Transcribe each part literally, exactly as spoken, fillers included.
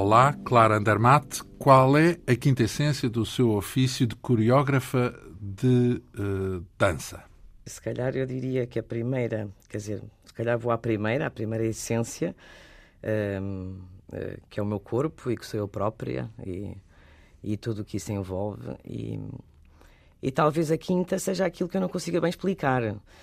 Olá, Clara Andermatt. Qual é a quintessência do seu ofício de coreógrafa de uh, dança? Se calhar eu diria que a primeira, quer dizer, se calhar vou à primeira, à primeira essência, um, uh, que é o meu corpo e que sou eu própria e, e tudo o que isso envolve. E, e talvez a quinta seja aquilo que eu não consiga bem explicar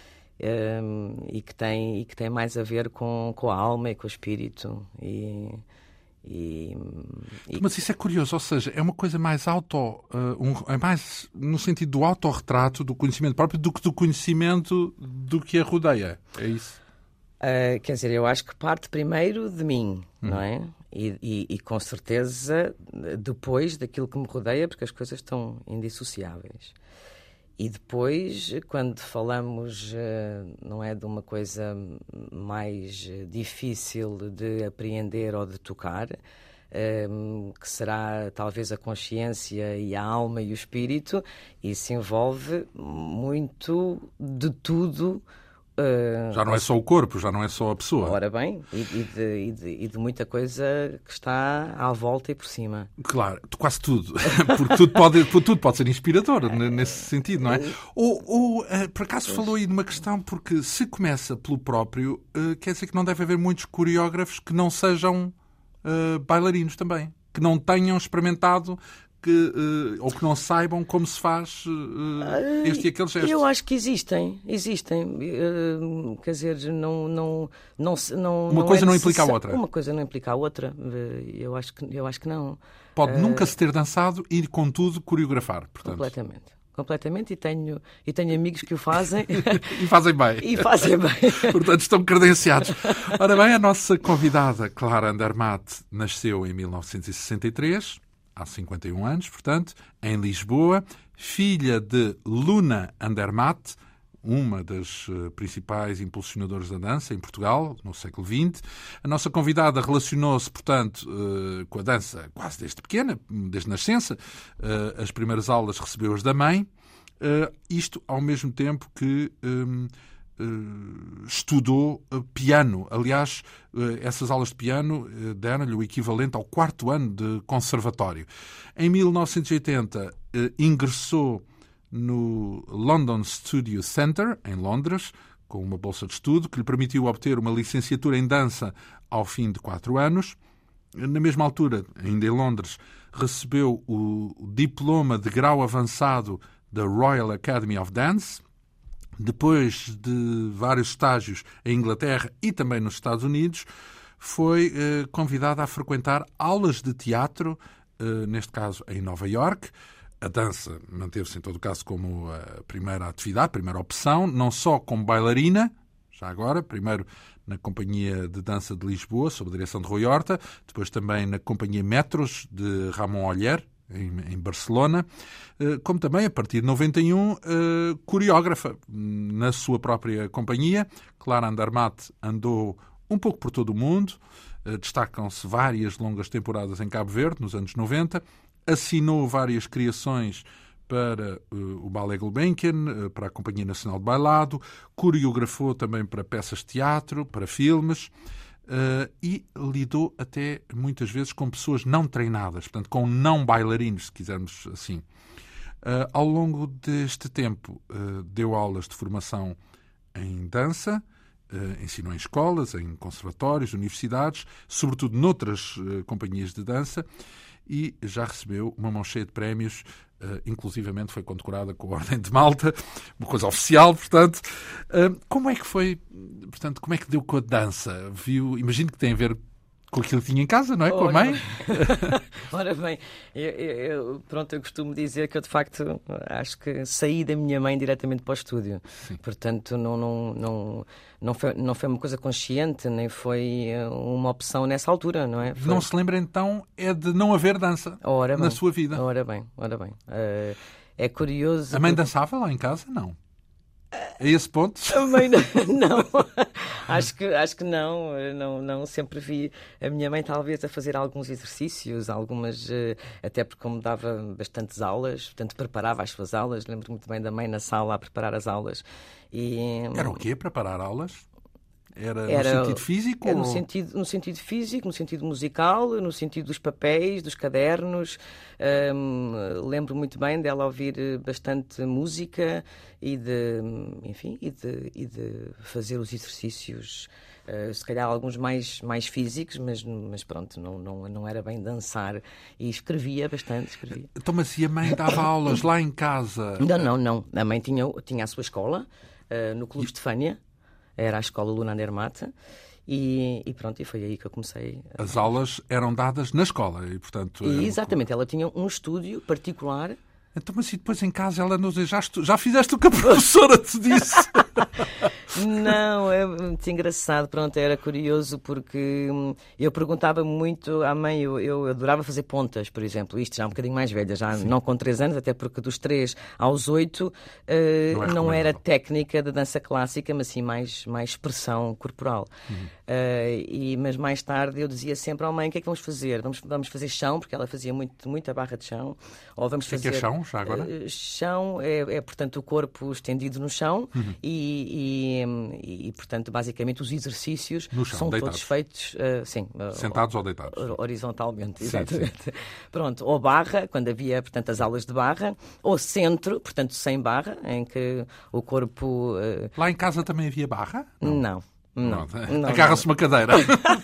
um, e, que tem, e que tem mais a ver com, com a alma e com o espírito. E, E, e... Mas isso é curioso, ou seja, é uma coisa mais auto, uh, um, é mais no sentido do autorretrato, do conhecimento próprio, do que do conhecimento do que a rodeia. É isso? Uh, quer dizer, eu acho que parte primeiro de mim, hum. não é? E, e, e com certeza depois daquilo que me rodeia, porque as coisas estão indissociáveis. E depois, quando falamos, não é, de uma coisa mais difícil de apreender ou de tocar, que será talvez a consciência e a alma e o espírito, isso envolve muito de tudo. Já não é só o corpo, já não é só a pessoa. Ora bem, e, e, de, e, de, e de muita coisa que está à volta e por cima. Claro, quase tudo. Porque tudo pode, tudo pode ser inspirador nesse sentido, não é? Ou, ou por acaso falou aí de uma questão, porque se começa pelo próprio, quer dizer que não deve haver muitos coreógrafos que não sejam uh, bailarinos também, que não tenham experimentado... Que, uh, ou que não saibam como se faz uh, este e aquele gesto. Eu acho que existem, existem. Uh, quer dizer, não... não, não, não uma não coisa é não implica a necess... outra. Uma coisa não implica a outra. Uh, eu, acho que, eu acho que não. Pode uh... nunca se ter dançado e, contudo, coreografar. Portanto. Completamente. Completamente. E tenho, e tenho amigos que o fazem. E fazem bem. E fazem bem. Portanto, estão credenciados. Ora bem, a nossa convidada, Clara Andermatt, nasceu em mil novecentos e sessenta e três... há cinquenta e um anos, portanto, em Lisboa, filha de Luna Andermatt, uma das principais impulsionadoras da dança em Portugal, no século vinte. A nossa convidada relacionou-se, portanto, com a dança quase desde pequena, desde nascença. As primeiras aulas recebeu-as da mãe, isto ao mesmo tempo que... Uh, estudou uh, piano. Aliás, uh, essas aulas de piano uh, deram-lhe o equivalente ao quarto ano de conservatório. Em mil novecentos e oitenta, uh, ingressou no London Studio Centre, em Londres, com uma bolsa de estudo que lhe permitiu obter uma licenciatura em dança ao fim de quatro anos. Na mesma altura, ainda em Londres, recebeu o, o diploma de grau avançado da Royal Academy of Dance. Depois de vários estágios em Inglaterra e também nos Estados Unidos, foi eh, convidada a frequentar aulas de teatro, eh, neste caso em Nova Iorque. A dança manteve-se, em todo caso, como a primeira atividade, a primeira opção, não só como bailarina, já agora, primeiro na Companhia de Dança de Lisboa, sob a direção de Rui Horta, depois também na Companhia Metros, de Ramon Oller, em Barcelona, como também, a partir de noventa e um, coreógrafa na sua própria companhia. Clara Andermatt andou um pouco por todo o mundo, destacam-se várias longas temporadas em Cabo Verde, nos anos noventa, assinou várias criações para o Ballet Gulbenkian, para a Companhia Nacional de Bailado, coreografou também para peças de teatro, para filmes, Uh, e lidou até muitas vezes com pessoas não treinadas, portanto com não bailarinos, se quisermos assim. Uh, ao longo deste tempo uh, deu aulas de formação em dança, uh, ensinou em escolas, em conservatórios, universidades, sobretudo noutras uh, companhias de dança, e já recebeu uma mão cheia de prémios. Uh, inclusivamente foi condecorada com a Ordem de Malta, uma coisa oficial, portanto. Uh, como é que foi, portanto, como é que deu com a dança? Viu, imagino que tem a ver com aquilo que tinha em casa, não é? Com a mãe? Ora bem, eu, eu, pronto, eu costumo dizer que eu, de facto, acho que saí da minha mãe diretamente para o estúdio. Sim. Portanto, não, não, não, não, foi, não foi uma coisa consciente, nem foi uma opção nessa altura, não é? Foi... Não se lembra, então, é de não haver dança ora na bem, sua vida? Ora bem, ora bem. Uh, é curioso... A mãe porque... dançava lá em casa? Não. A esse ponto? Também não, não. acho, que, acho que não, não, não. Sempre vi a minha mãe talvez a fazer alguns exercícios, algumas, até porque como dava bastantes aulas, portanto preparava as suas aulas. Lembro muito bem da mãe na sala a preparar as aulas. E... Era o quê? Preparar aulas? Era, Era no sentido físico? Era no, ou... sentido, no sentido físico, no sentido musical, no sentido dos papéis, dos cadernos. Um, lembro muito bem dela ouvir bastante música e de, enfim, e de, e de fazer os exercícios, uh, se calhar alguns mais, mais físicos, mas, mas pronto, não, não, não era bem dançar. E escrevia bastante, escrevia. Então, mas e a mãe dava aulas lá em casa? Não, não, não. A mãe tinha, tinha a sua escola, uh, no Clube Estefânia, era a escola Luna Andermatt. E, e pronto, e foi aí que eu comecei. A... As aulas eram dadas na escola e, portanto... E, exatamente, ela tinha um estúdio particular. Então, mas e depois em casa ela nos diz, já, estu... já fizeste o que a professora te disse? Não, é muito engraçado, pronto, era curioso porque eu perguntava muito à mãe, eu, eu adorava fazer pontas, por exemplo, isto já é um bocadinho mais velha, já Sim. não com três anos, até porque dos três aos oito uh, não, é não era técnica de dança clássica, mas sim mais, mais expressão corporal. Uhum. Uh, e, mas mais tarde eu dizia sempre à mãe, o que é que vamos fazer? Vamos, vamos fazer chão, porque ela fazia muito, muita barra de chão. Ou vamos fazer... O que é chão, já agora? Uh, chão é, é, portanto, o corpo estendido no chão uhum. e, e, e, portanto, basicamente os exercícios no chão, são deitados. todos feitos... Uh, sim, sentados uh, ou deitados? Horizontalmente, sim, exatamente. Sim. Pronto, ou barra, quando havia, portanto, as aulas de barra, ou centro, portanto, sem barra, em que o corpo... Uh... Lá em casa também havia barra? Não. não. Não, não, agarra-se uma cadeira.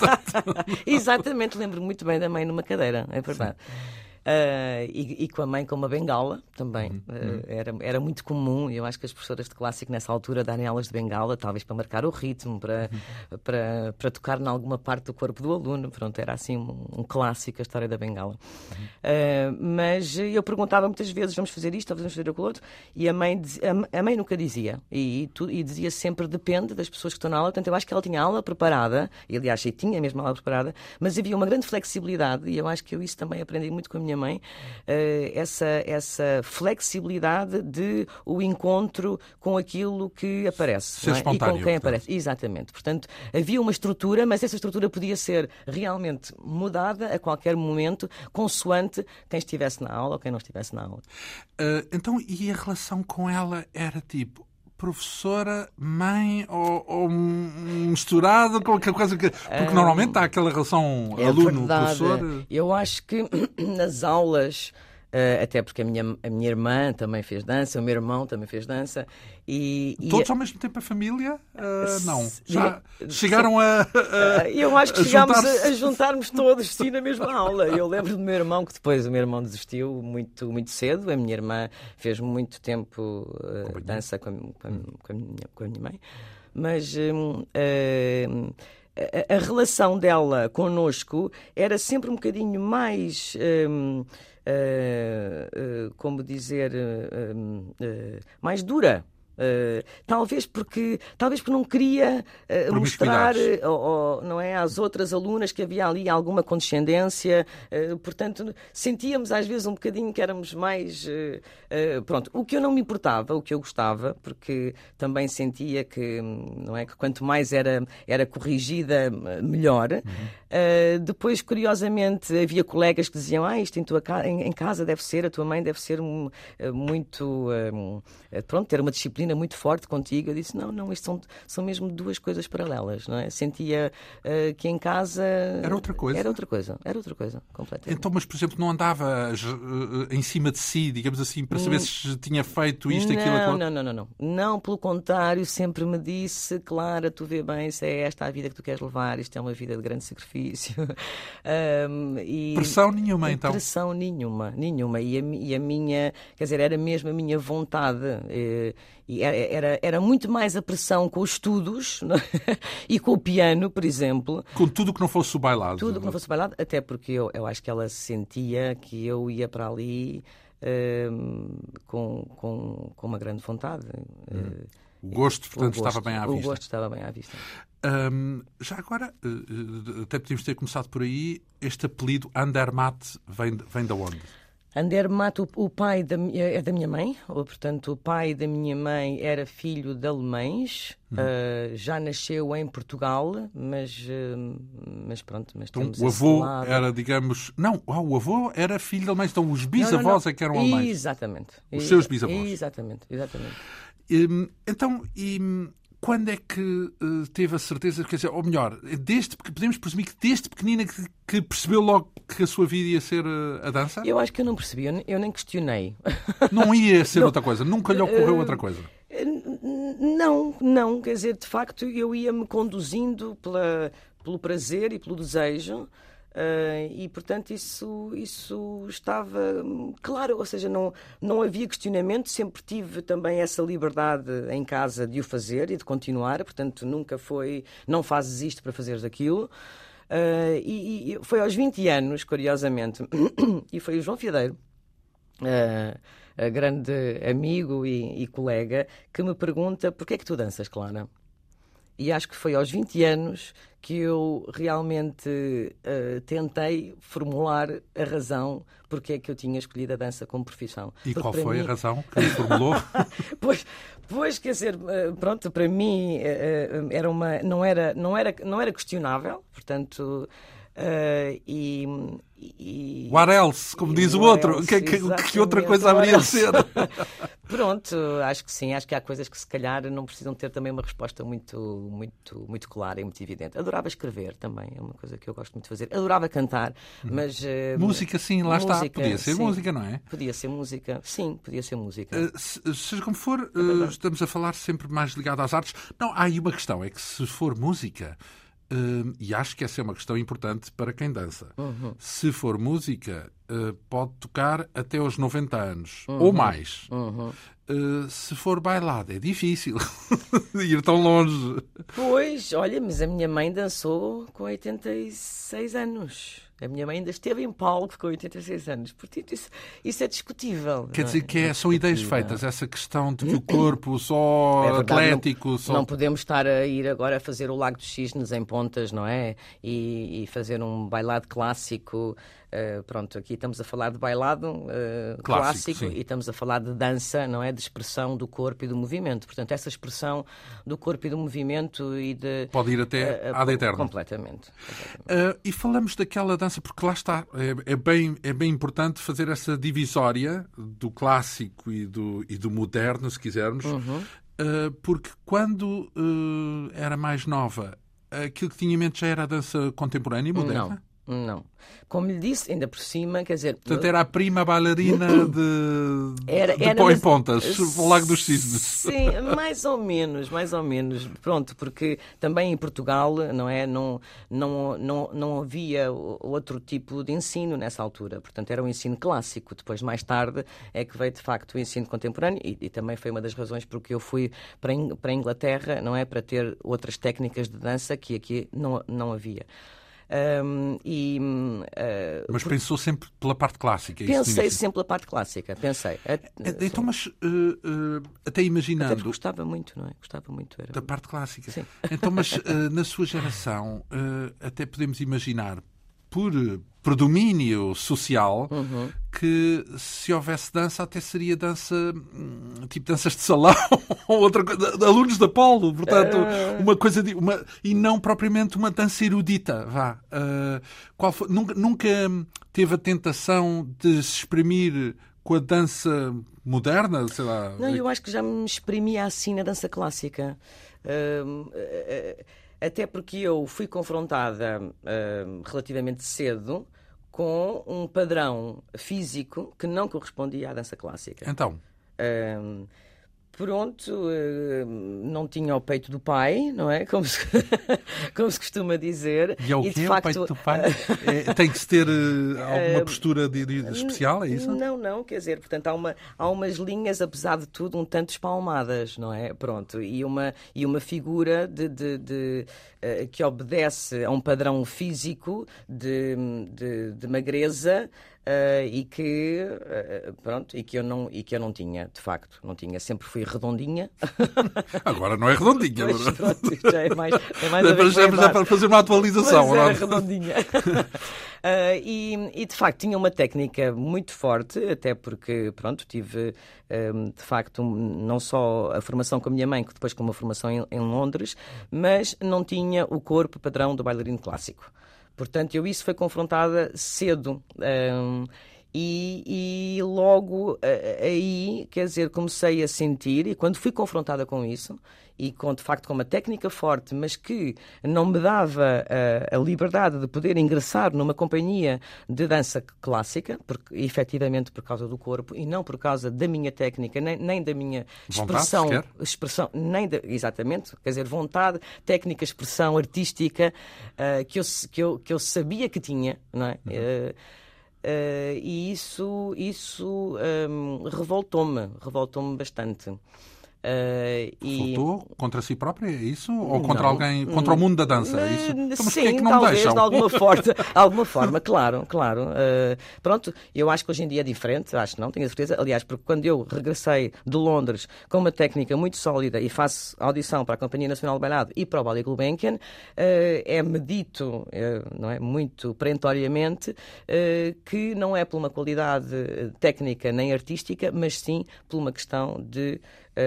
Exatamente, lembro muito bem da mãe numa cadeira, é verdade. Uh, e, e com a mãe com uma bengala também. Uhum. Uh, era, era muito comum, eu acho que as professoras de clássico nessa altura darem aulas de bengala, talvez para marcar o ritmo, para, uhum. para, para tocar em alguma parte do corpo do aluno. Pronto, era assim um, um clássico a história da bengala. Uhum. Uh, mas eu perguntava muitas vezes, vamos fazer isto ou vamos fazer aquilo outro, e a mãe, a, a mãe nunca dizia. E, e, tu, e dizia sempre depende das pessoas que estão na aula. Portanto, eu acho que ela tinha a aula preparada, e aliás, e tinha mesmo a aula preparada, mas havia uma grande flexibilidade, e eu acho que eu isso também aprendi muito com a minha mãe, uh, essa, essa flexibilidade de o encontro com aquilo que aparece, ser não é? E com quem portanto. aparece. Exatamente. Portanto, havia uma estrutura, mas essa estrutura podia ser realmente mudada a qualquer momento, consoante quem estivesse na aula ou quem não estivesse na aula. Uh, então, e a relação com ela era tipo professora, mãe ou, ou misturado com aquela coisa que... Porque um, normalmente há aquela relação é aluno-professor. Eu acho que nas aulas... Uh, até porque a minha, a minha irmã também fez dança, o meu irmão também fez dança. E, Todos e... ao mesmo tempo a família? Uh, não. Já chegaram a, a, uh, Eu acho que chegámos juntar-se... a, a juntarmos todos sim, na mesma aula. Eu lembro do meu irmão, que depois o meu irmão desistiu muito, muito cedo. A minha irmã fez muito tempo uh, dança com a, com, a, com, a minha, com a minha mãe. Mas... Um, uh, A, a relação dela connosco era sempre um bocadinho mais, um, uh, uh, como dizer, uh, uh, mais dura. Uh, talvez porque talvez porque não queria uh, mostrar uh, ou, ou, não é, às outras alunas que havia ali alguma condescendência, uh, portanto sentíamos às vezes um bocadinho que éramos mais uh, uh, pronto, o que eu não me importava, o que eu gostava, porque também sentia que, não é, que quanto mais era, era corrigida melhor. Uhum. Uh, depois curiosamente havia colegas que diziam ah, isto em, tua ca- em, em casa deve ser, a tua mãe deve ser um, uh, muito uh, pronto, ter uma disciplina muito forte contigo. Eu disse, não, não, isto são, são mesmo duas coisas paralelas, não é? Sentia uh, que em casa... Era outra coisa? Era outra coisa, era outra coisa, completamente. Então, mas, por exemplo, não andava uh, em cima de si, digamos assim, para saber hum, se tinha feito isto, não, aquilo, aquilo? Não, não, não, não. Não, pelo contrário, sempre me disse, Clara, tu vê bem, se é esta a vida que tu queres levar, isto é uma vida de grande sacrifício. um, e... Pressão nenhuma, então? Pressão nenhuma, nenhuma. E a, e a minha, quer dizer, era mesmo a minha vontade... Eh, E era, era muito mais a pressão com os estudos e com o piano, por exemplo. Com tudo que não fosse o bailado. Tudo que não fosse o bailado, até porque eu, eu acho que ela sentia que eu ia para ali um, com, com, com uma grande vontade. Hum. O gosto, portanto, o gosto, estava bem à vista. O gosto estava bem à vista. Um, já agora, até podíamos ter começado por aí, este apelido Andermatt vem, vem de onde? Andermatt, o, o pai da, é da minha mãe, ou, portanto, o pai da minha mãe era filho de alemães, uhum. uh, já nasceu em Portugal, mas, uh, mas pronto, mas então, temos o avô lado. Era, digamos... Não, ah, o avô era filho de alemães, então os bisavós não, não, não. é que eram alemães. Exatamente. Os seus bisavós. Exatamente, exatamente. Um, então, e quando é que uh, teve a certeza, quer dizer, ou melhor, desde, podemos presumir que desde pequenina que, que percebeu logo que a sua vida ia ser uh, a dança? Eu acho que eu não percebi, eu nem, eu nem questionei. Não ia ser não, outra coisa? Nunca lhe ocorreu uh, outra coisa? Não, não. Quer dizer, de facto, eu ia-me conduzindo pela, pelo prazer e pelo desejo. Uh, e, portanto, isso, isso estava claro, ou seja, não, não havia questionamento, sempre tive também essa liberdade em casa de o fazer e de continuar, portanto, nunca foi, não fazes isto para fazeres aquilo. Uh, e, e foi aos vinte anos, curiosamente, e foi o João Fiadeiro, uh, grande amigo e, e colega, que me pergunta: porquê é que tu danças, Clara? E acho que foi aos vinte anos que eu realmente uh, tentei formular a razão porque é que eu tinha escolhido a dança como profissão. E porque qual foi mim... a razão que formulou? pois, pois, quer dizer, uh, pronto, para mim uh, era uma, não, era, não, era, não era questionável, portanto... Uh, e, e... What else, como diz o outro. Else, que, que, que outra coisa haveria de ser? Pronto, acho que sim. Acho que há coisas que se calhar não precisam ter também uma resposta muito, muito, muito clara e muito evidente. Adorava escrever também, é uma coisa que eu gosto muito de fazer. Adorava cantar, mas... Uh, música, sim, lá música, está. Podia ser sim, música, não é? Podia ser música, sim, podia ser música. Uh, se, seja como for, uh, estamos a falar sempre mais ligado às artes. Não, há aí uma questão, é que se for música... Uh, e acho que essa é uma questão importante para quem dança. Uhum. Se for música, uh, pode tocar até aos noventa anos, uhum. ou mais. Uhum. Uh, se for bailado, é difícil ir tão longe. Pois, olha, mas a minha mãe dançou com oitenta e seis anos. A minha mãe ainda esteve em palco com oitenta e seis anos. Portanto, isso, isso é discutível. Quer dizer que é, é são ideias feitas, essa questão de que o corpo só é verdade, atlético... Não, só... não podemos estar a ir agora a fazer o Lago dos Cisnes em Pontas, não é? E, e fazer um bailado clássico. Uh, pronto, aqui estamos a falar de bailado uh, clássico, clássico e estamos a falar de dança, não é? De expressão do corpo e do movimento. Portanto, essa expressão do corpo e do movimento e de... Pode ir até uh, à eterna. Completamente. completamente. Uh, e falamos daquela dança, porque lá está, é, é, bem, é bem importante fazer essa divisória do clássico e do, e do moderno, se quisermos, uhum. uh, porque quando uh, era mais nova, aquilo que tinha em mente já era a dança contemporânea e moderna? Não. Não. Como lhe disse, ainda por cima, quer dizer... Portanto, era a prima bailarina de, era, de era, Pó em mas... Pontas, o Lago dos Cisnes. Sim, mais ou menos, mais ou menos. Pronto, porque também em Portugal, não é? Não, não, não, não havia outro tipo de ensino nessa altura. Portanto, era um ensino clássico. Depois, mais tarde, é que veio, de facto, o ensino contemporâneo e, e também foi uma das razões porque eu fui para a Inglaterra, não é? Para ter outras técnicas de dança que aqui não, não havia. Um, e, uh, mas por... pensou sempre pela parte clássica? É pensei sempre pela parte clássica, pensei. Então, mas uh, uh, até imaginando... Até gostava muito, não é? Gostava muito. Era... Da parte clássica. Sim. Então, mas uh, na sua geração, uh, até podemos imaginar, por predomínio social, uhum. que se houvesse dança, até seria dança, tipo danças de salão, ou outra coisa, alunos da Polo, portanto, uh... uma coisa de, uma, e não propriamente uma dança erudita, vá. Uh, qual foi, nunca, nunca teve a tentação de se exprimir com a dança moderna, sei lá? Não, eu acho que já me exprimia assim na dança clássica. Uh, uh, uh, Até porque eu fui confrontada uh, relativamente cedo com um padrão físico que não correspondia à dança clássica. Então? Uh, pronto, uh, não tinha o peito do pai, não é? Como se, como se costuma dizer. E é o quê? O peito do pai? É, tem que se ter uh, alguma postura de, de especial, é isso? Não, não, quer dizer, portanto, há, uma, há umas linhas, apesar de tudo, um tanto espalmadas, não é? Pronto, e uma, e uma figura de, de, de, uh, que obedece a um padrão físico de, de, de magreza. Uh, e que uh, pronto e que eu não e que eu não tinha, de facto não tinha, sempre fui redondinha. Agora não é redondinha. Pois, pronto, já é mais, é mais é para, já, já para fazer uma atualização. Mas era redondinha. uh, e, e de facto tinha uma técnica muito forte, até porque pronto tive um, de facto um, não só a formação com a minha mãe, que depois com uma formação em, em Londres, mas não tinha o corpo padrão do bailarino clássico. Portanto, eu isso foi confrontada cedo um, E, e logo aí, quer dizer, comecei a sentir, e quando fui confrontada com isso, e com, de facto com uma técnica forte, mas que não me dava a, a liberdade de poder ingressar numa companhia de dança clássica, porque, efetivamente por causa do corpo, e não por causa da minha técnica, nem, nem da minha expressão, vontade, expressão nem de, exatamente, quer dizer, vontade, técnica, expressão artística, uh, que, eu, que, eu, que eu sabia que tinha, não é? Uhum. Uh, Uh, e isso, isso um, revoltou-me, revoltou-me bastante. Uh, Revoltou e... contra si própria, é isso? Ou contra não, alguém, contra o mundo da dança? É isso? Então, mas sim, é que não talvez, deixam? de alguma forma, alguma forma, claro, claro. Uh, pronto, eu acho que hoje em dia é diferente, acho que não, tenho a certeza. Aliás, porque quando eu regressei de Londres com uma técnica muito sólida e faço audição para a Companhia Nacional de Bailado e para o Ballet Gulbenkian, uh, é-me dito, uh, não é, muito perentoriamente, uh, que não é por uma qualidade técnica nem artística, mas sim por uma questão de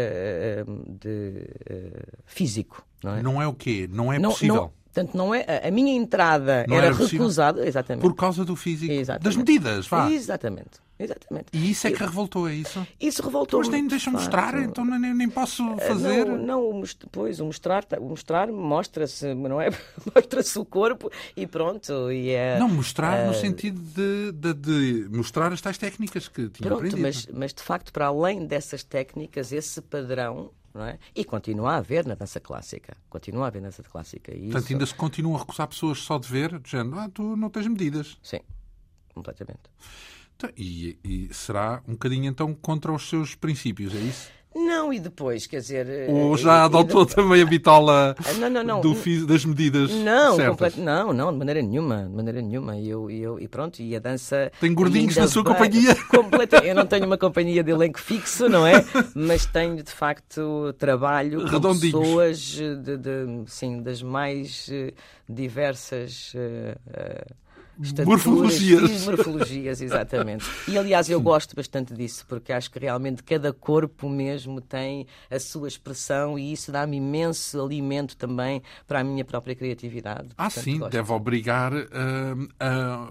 de uh, físico, não é? Não é o quê? Não é não, possível? Não, portanto, não é, a, a minha entrada não era, era recusada, exatamente. Por causa do físico, exatamente. das medidas, vá. Exatamente. Exatamente. E isso é que revoltou, é isso? Isso revoltou. Mas nem deixa mostrar, então nem, nem posso fazer. Não, não, pois, o mostrar, o mostrar mostra-se, não é? Mostra-se o corpo e pronto. E é, não, mostrar uh... no sentido de, de, de mostrar as tais técnicas que tinha pronto, aprendido. Mas, mas de facto, para além dessas técnicas, esse padrão. Não é? E continua a haver na dança clássica. Continua a haver na dança clássica. E Portanto, isso... ainda se continuam a recusar pessoas só de ver, dizendo, ah, tu não tens medidas. Sim, completamente. Então, e, e será um bocadinho, então, contra os seus princípios, é isso? Não, e depois, quer dizer... Ou já adotou e, também a bitola não, não, não. Do, das medidas não, certas? Complet... Não, não, de maneira nenhuma. De maneira nenhuma. E, eu, e, eu, e pronto, e a dança... Tem gordinhos na sua vai... companhia? Completa... Eu não tenho uma companhia de elenco fixo, não é? Mas tenho, de facto, trabalho com pessoas de, de, sim, das mais diversas... Uh, uh, morfologias. morfologias, exatamente. E, aliás, eu gosto bastante disso, porque acho que realmente cada corpo mesmo tem a sua expressão e isso dá-me imenso alimento também para a minha própria criatividade. Ah, Portanto, sim, gosto. Deve obrigar uh, a,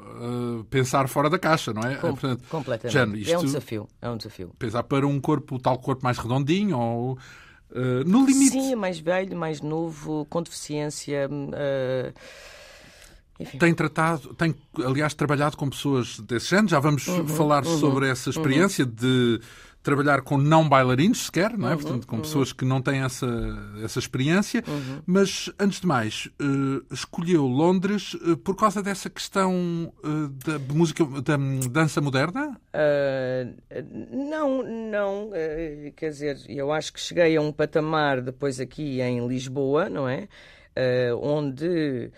a pensar fora da caixa, não é? Com, Portanto, completamente. Jano, isto, é um desafio, é um desafio. Pensar para um corpo, o tal corpo mais redondinho ou... Uh, no limite... Sim, mais velho, mais novo, com deficiência... Uh, Enfim. Tem tratado, tem, aliás, trabalhado com pessoas desse género. Já vamos uhum, falar uhum, sobre essa experiência uhum. de trabalhar com não bailarinos sequer, não é? Uhum, Portanto, com uhum. pessoas que não têm essa, essa experiência. Uhum. Mas, antes de mais, uh, escolheu Londres uh, por causa dessa questão uh, da música, da dança moderna? Uh, não, não. Uh, quer dizer, eu acho que cheguei a um patamar depois aqui em Lisboa, não é? Uh, onde...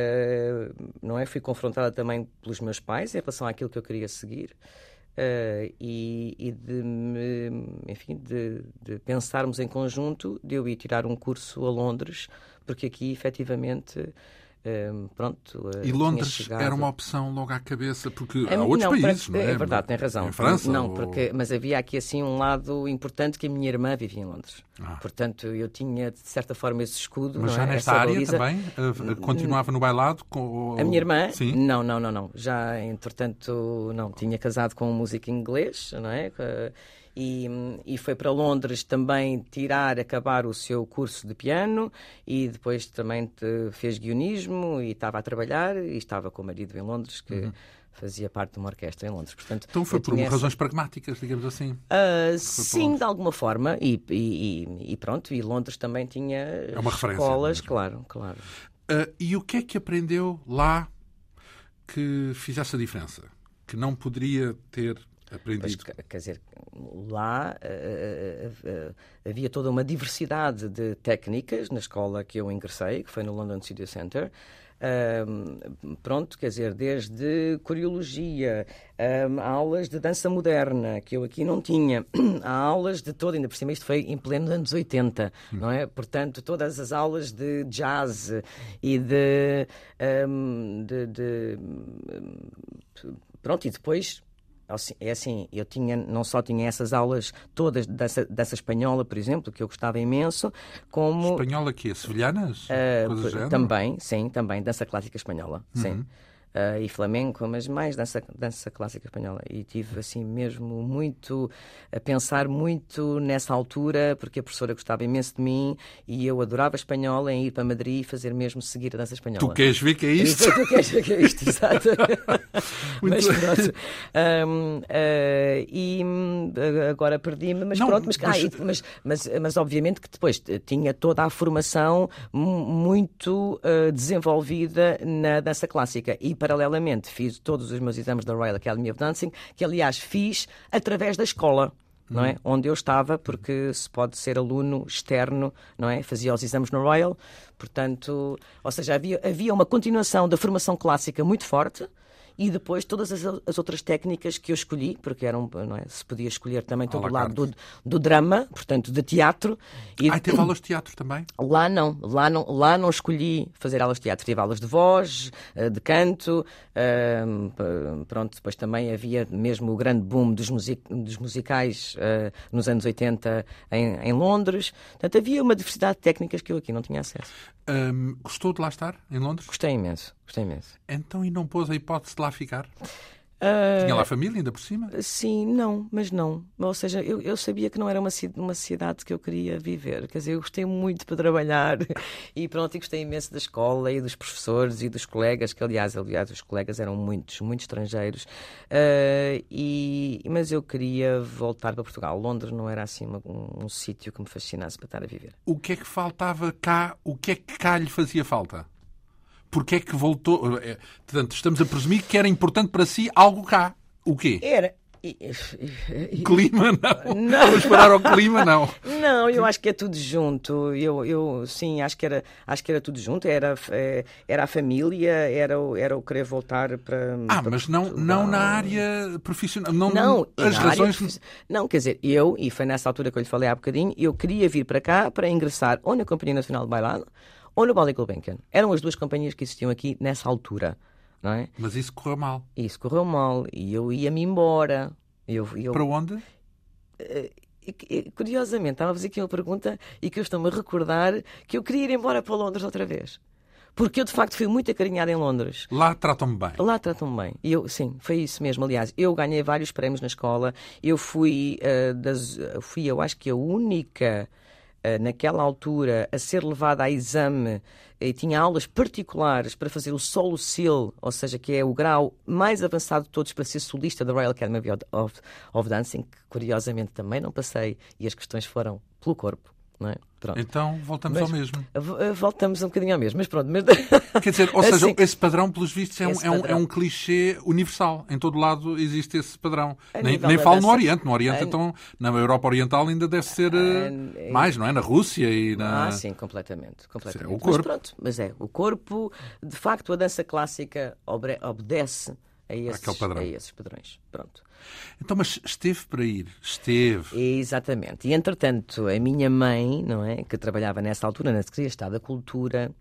Uh, não é? Fui confrontada também pelos meus pais em relação àquilo que eu queria seguir uh, e, e de, me, enfim, de, de pensarmos em conjunto de eu ir tirar um curso a Londres, porque aqui efetivamente Um, pronto, uh, e Londres chegado... era uma opção logo à cabeça, porque é, há outros não, países, para... não é? É verdade, tem razão. Em França? Não, ou... porque... Mas havia aqui assim um lado importante que a minha irmã vivia em Londres. Ah. Portanto, eu tinha, de certa forma, esse escudo. Mas não já é? nesta Essa área baliza... também? Uh, continuava no bailado? Com... A minha irmã? Sim. Não, não, não, não. Já, entretanto, não. Tinha casado com um músico inglês, não é? E, e foi para Londres também tirar, acabar o seu curso de piano e depois também fez guionismo e estava a trabalhar e estava com o marido em Londres, que uhum. fazia parte de uma orquestra em Londres. Portanto, então foi por essa... razões pragmáticas, digamos assim? Uh, sim, de alguma forma. E, e, e pronto, e Londres também tinha é uma escolas, referência, claro, claro. Uh, e o que é que aprendeu lá que fizesse a diferença? Que não poderia ter aprendido? Pois, quer dizer, lá uh, uh, uh, havia toda uma diversidade de técnicas na escola que eu ingressei, que foi no London Studio Center. Uh, pronto, quer dizer, desde coreologia, uh, aulas de dança moderna, que eu aqui não tinha, há aulas de todo, ainda por cima isto foi em pleno anos oitenta, hum. não é? Portanto, todas as aulas de jazz e de... Um, de, de pronto, e depois... É assim, eu tinha, não só tinha essas aulas todas dessa, dessa espanhola, por exemplo, que eu gostava imenso, como... Espanhola que é? Sevilhanas? Uh, também, sim, também, dança clássica espanhola, uhum. sim. Uh, e flamenco, mas mais dança, dança clássica espanhola. E tive assim mesmo muito a pensar muito nessa altura, porque a professora gostava imenso de mim e eu adorava espanhola, em ir para Madrid e fazer mesmo seguir a dança espanhola. Tu queres ver que é isto? Tu, tu queres ver que é isto, exato. Mas pronto. Um, uh, e agora perdi-me, mas Não, pronto. Mas, mas... Ah, e, mas, mas, mas obviamente que depois tinha toda a formação muito uh, desenvolvida na dança clássica. E paralelamente fiz todos os meus exames da Royal Academy of Dancing, que aliás fiz através da escola, não é? Hum. Onde eu estava, porque se pode ser aluno externo, não é? Fazia os exames no Royal, portanto, ou seja, havia, havia uma continuação da formação clássica muito forte. E depois todas as, as outras técnicas que eu escolhi, porque eram, não é? Se podia escolher também todo o lado do, do drama, portanto, de teatro. E... Ah, teve aulas de teatro também? Lá não, lá não, lá não escolhi fazer aulas de teatro. Tive aulas de voz, de canto, uh, pronto, depois também havia mesmo o grande boom dos, music, dos musicais uh, nos anos oitenta em, em Londres. Portanto, havia uma diversidade de técnicas que eu aqui não tinha acesso. Um, gostou de lá estar, em Londres? Gostei imenso, gostei imenso. Então, e não pôs a hipótese de lá ficar? Uh, Tinha lá família ainda por cima? Sim, não, mas não. Ou seja, eu, eu sabia que não era uma, uma cidade que eu queria viver. Quer dizer, eu gostei muito para trabalhar e pronto, e gostei imenso da escola e dos professores e dos colegas, que aliás, aliás os colegas eram muitos, muitos estrangeiros. Uh, e, mas eu queria voltar para Portugal. Londres não era assim uma, um, um sítio que me fascinasse para estar a viver. O que é que faltava cá? O que é que cá lhe fazia falta? Porque é que voltou? Portanto, estamos a presumir que era importante para si algo cá. O quê? Era. Clima, não. não. Vamos parar ao clima, não. Não, eu acho que é tudo junto. Eu, eu sim, acho que era, acho que era tudo junto. Era, era a família, era, o, era o querer voltar para. Ah, para mas não, não na área profissional. Não, não as razões. Área, não, quer dizer, eu, e foi nessa altura que eu lhe falei há bocadinho, eu queria vir para cá para ingressar ou na Companhia Nacional de Bailado ou no Ballet Gulbenkian. Eram as duas companhias que existiam aqui nessa altura, não é? Mas isso correu mal. Isso correu mal e eu ia-me embora. Eu, eu... Para onde? Uh, curiosamente, estava a fazer aqui uma pergunta e que eu estou-me a recordar que eu queria ir embora para Londres outra vez. Porque eu, de facto, fui muito acarinhada em Londres. Lá tratam-me bem. Lá tratam-me bem. E eu, sim, foi isso mesmo. Aliás, eu ganhei vários prémios na escola. Eu fui, uh, das, fui eu acho que a única... naquela altura, a ser levada a exame e tinha aulas particulares para fazer o solo seal, ou seja, que é o grau mais avançado de todos para ser solista da Royal Academy of, of Dancing, que curiosamente também não passei e as questões foram pelo corpo. Não é? Pronto. Então voltamos mas, ao mesmo. Voltamos um bocadinho ao mesmo, mas pronto. Mas... Quer dizer, ou seja, assim, esse padrão, pelos vistos, é um, é, um, é um clichê universal. Em todo lado existe esse padrão. A nem nem falo dança... no Oriente. No Oriente, a... então, na Europa Oriental ainda deve ser a... mais, não é? Na Rússia e na... Ah, sim, completamente. completamente. É o corpo. Mas pronto, mas é, o corpo, de facto, a dança clássica obedece a esses, a esses padrões. Pronto. Então, mas esteve para ir? Esteve. Exatamente. E, entretanto, a minha mãe, não é, que trabalhava nessa altura na Secretaria de Estado da Cultura,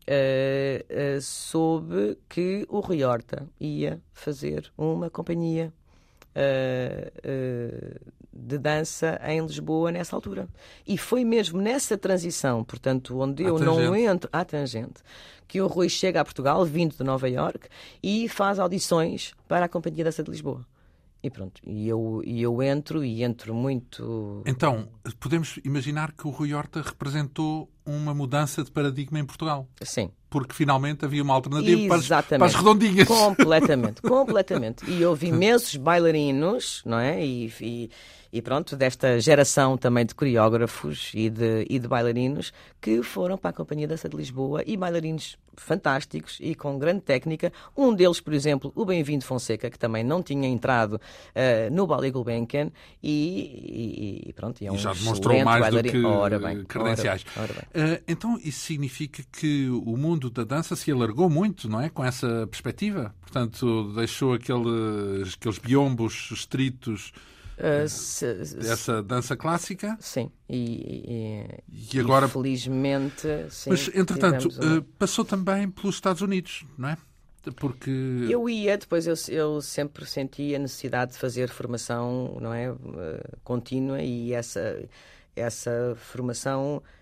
uh, uh, soube que o Rui Horta ia fazer uma companhia uh, uh, de dança em Lisboa nessa altura. E foi mesmo nessa transição, portanto, onde eu não entro à tangente, que o Rui chega a Portugal, vindo de Nova Iorque, e faz audições para a Companhia de Dança de Lisboa. E pronto, e eu, e eu entro, e entro muito... Então, podemos imaginar que o Rui Horta representou uma mudança de paradigma em Portugal. Sim. Porque finalmente havia uma alternativa para as, para as redondinhas. Completamente, completamente. E houve imensos bailarinos, não é? E, e, e pronto, desta geração também de coreógrafos e de, e de bailarinos que foram para a Companhia de Dança de Lisboa, e bailarinos fantásticos e com grande técnica. Um deles, por exemplo, o Bem-vindo Fonseca, que também não tinha entrado uh, no Ballet Gulbenkian e, e, e pronto, e é um e já demonstrou mais bailarino. do que ora bem, credenciais. Ora bem, ora bem. Uh, então isso significa que o mundo da dança se alargou muito, não é? Com essa perspectiva. Portanto, deixou aqueles, aqueles biombos estritos uh, se, se, dessa dança clássica. Sim. E, e, e agora, felizmente, sim. Mas, entretanto, uma... uh, passou também pelos Estados Unidos, não é? Porque... Eu ia, depois eu, eu sempre senti a necessidade de fazer formação, não é? Uh, contínua, e essa, essa formação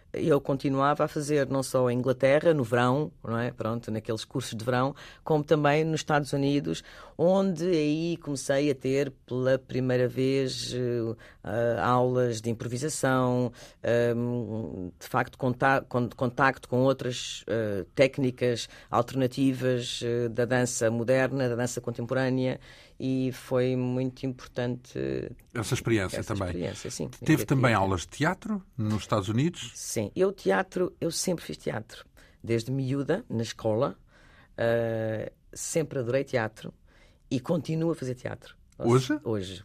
eu continuava a fazer não só em Inglaterra, no verão, não é? Pronto, naqueles cursos de verão, como também nos Estados Unidos, onde aí comecei a ter pela primeira vez uh, uh, aulas de improvisação, um, de facto conta contacto com outras uh, técnicas alternativas uh, da dança moderna, da dança contemporânea, e foi muito importante essa experiência essa também. Experiência, sim, Teve também aulas de teatro nos Estados Unidos? Sim, eu teatro, eu sempre fiz teatro. Desde miúda, na escola, uh, sempre adorei teatro e continuo a fazer teatro. Hoje? Hoje.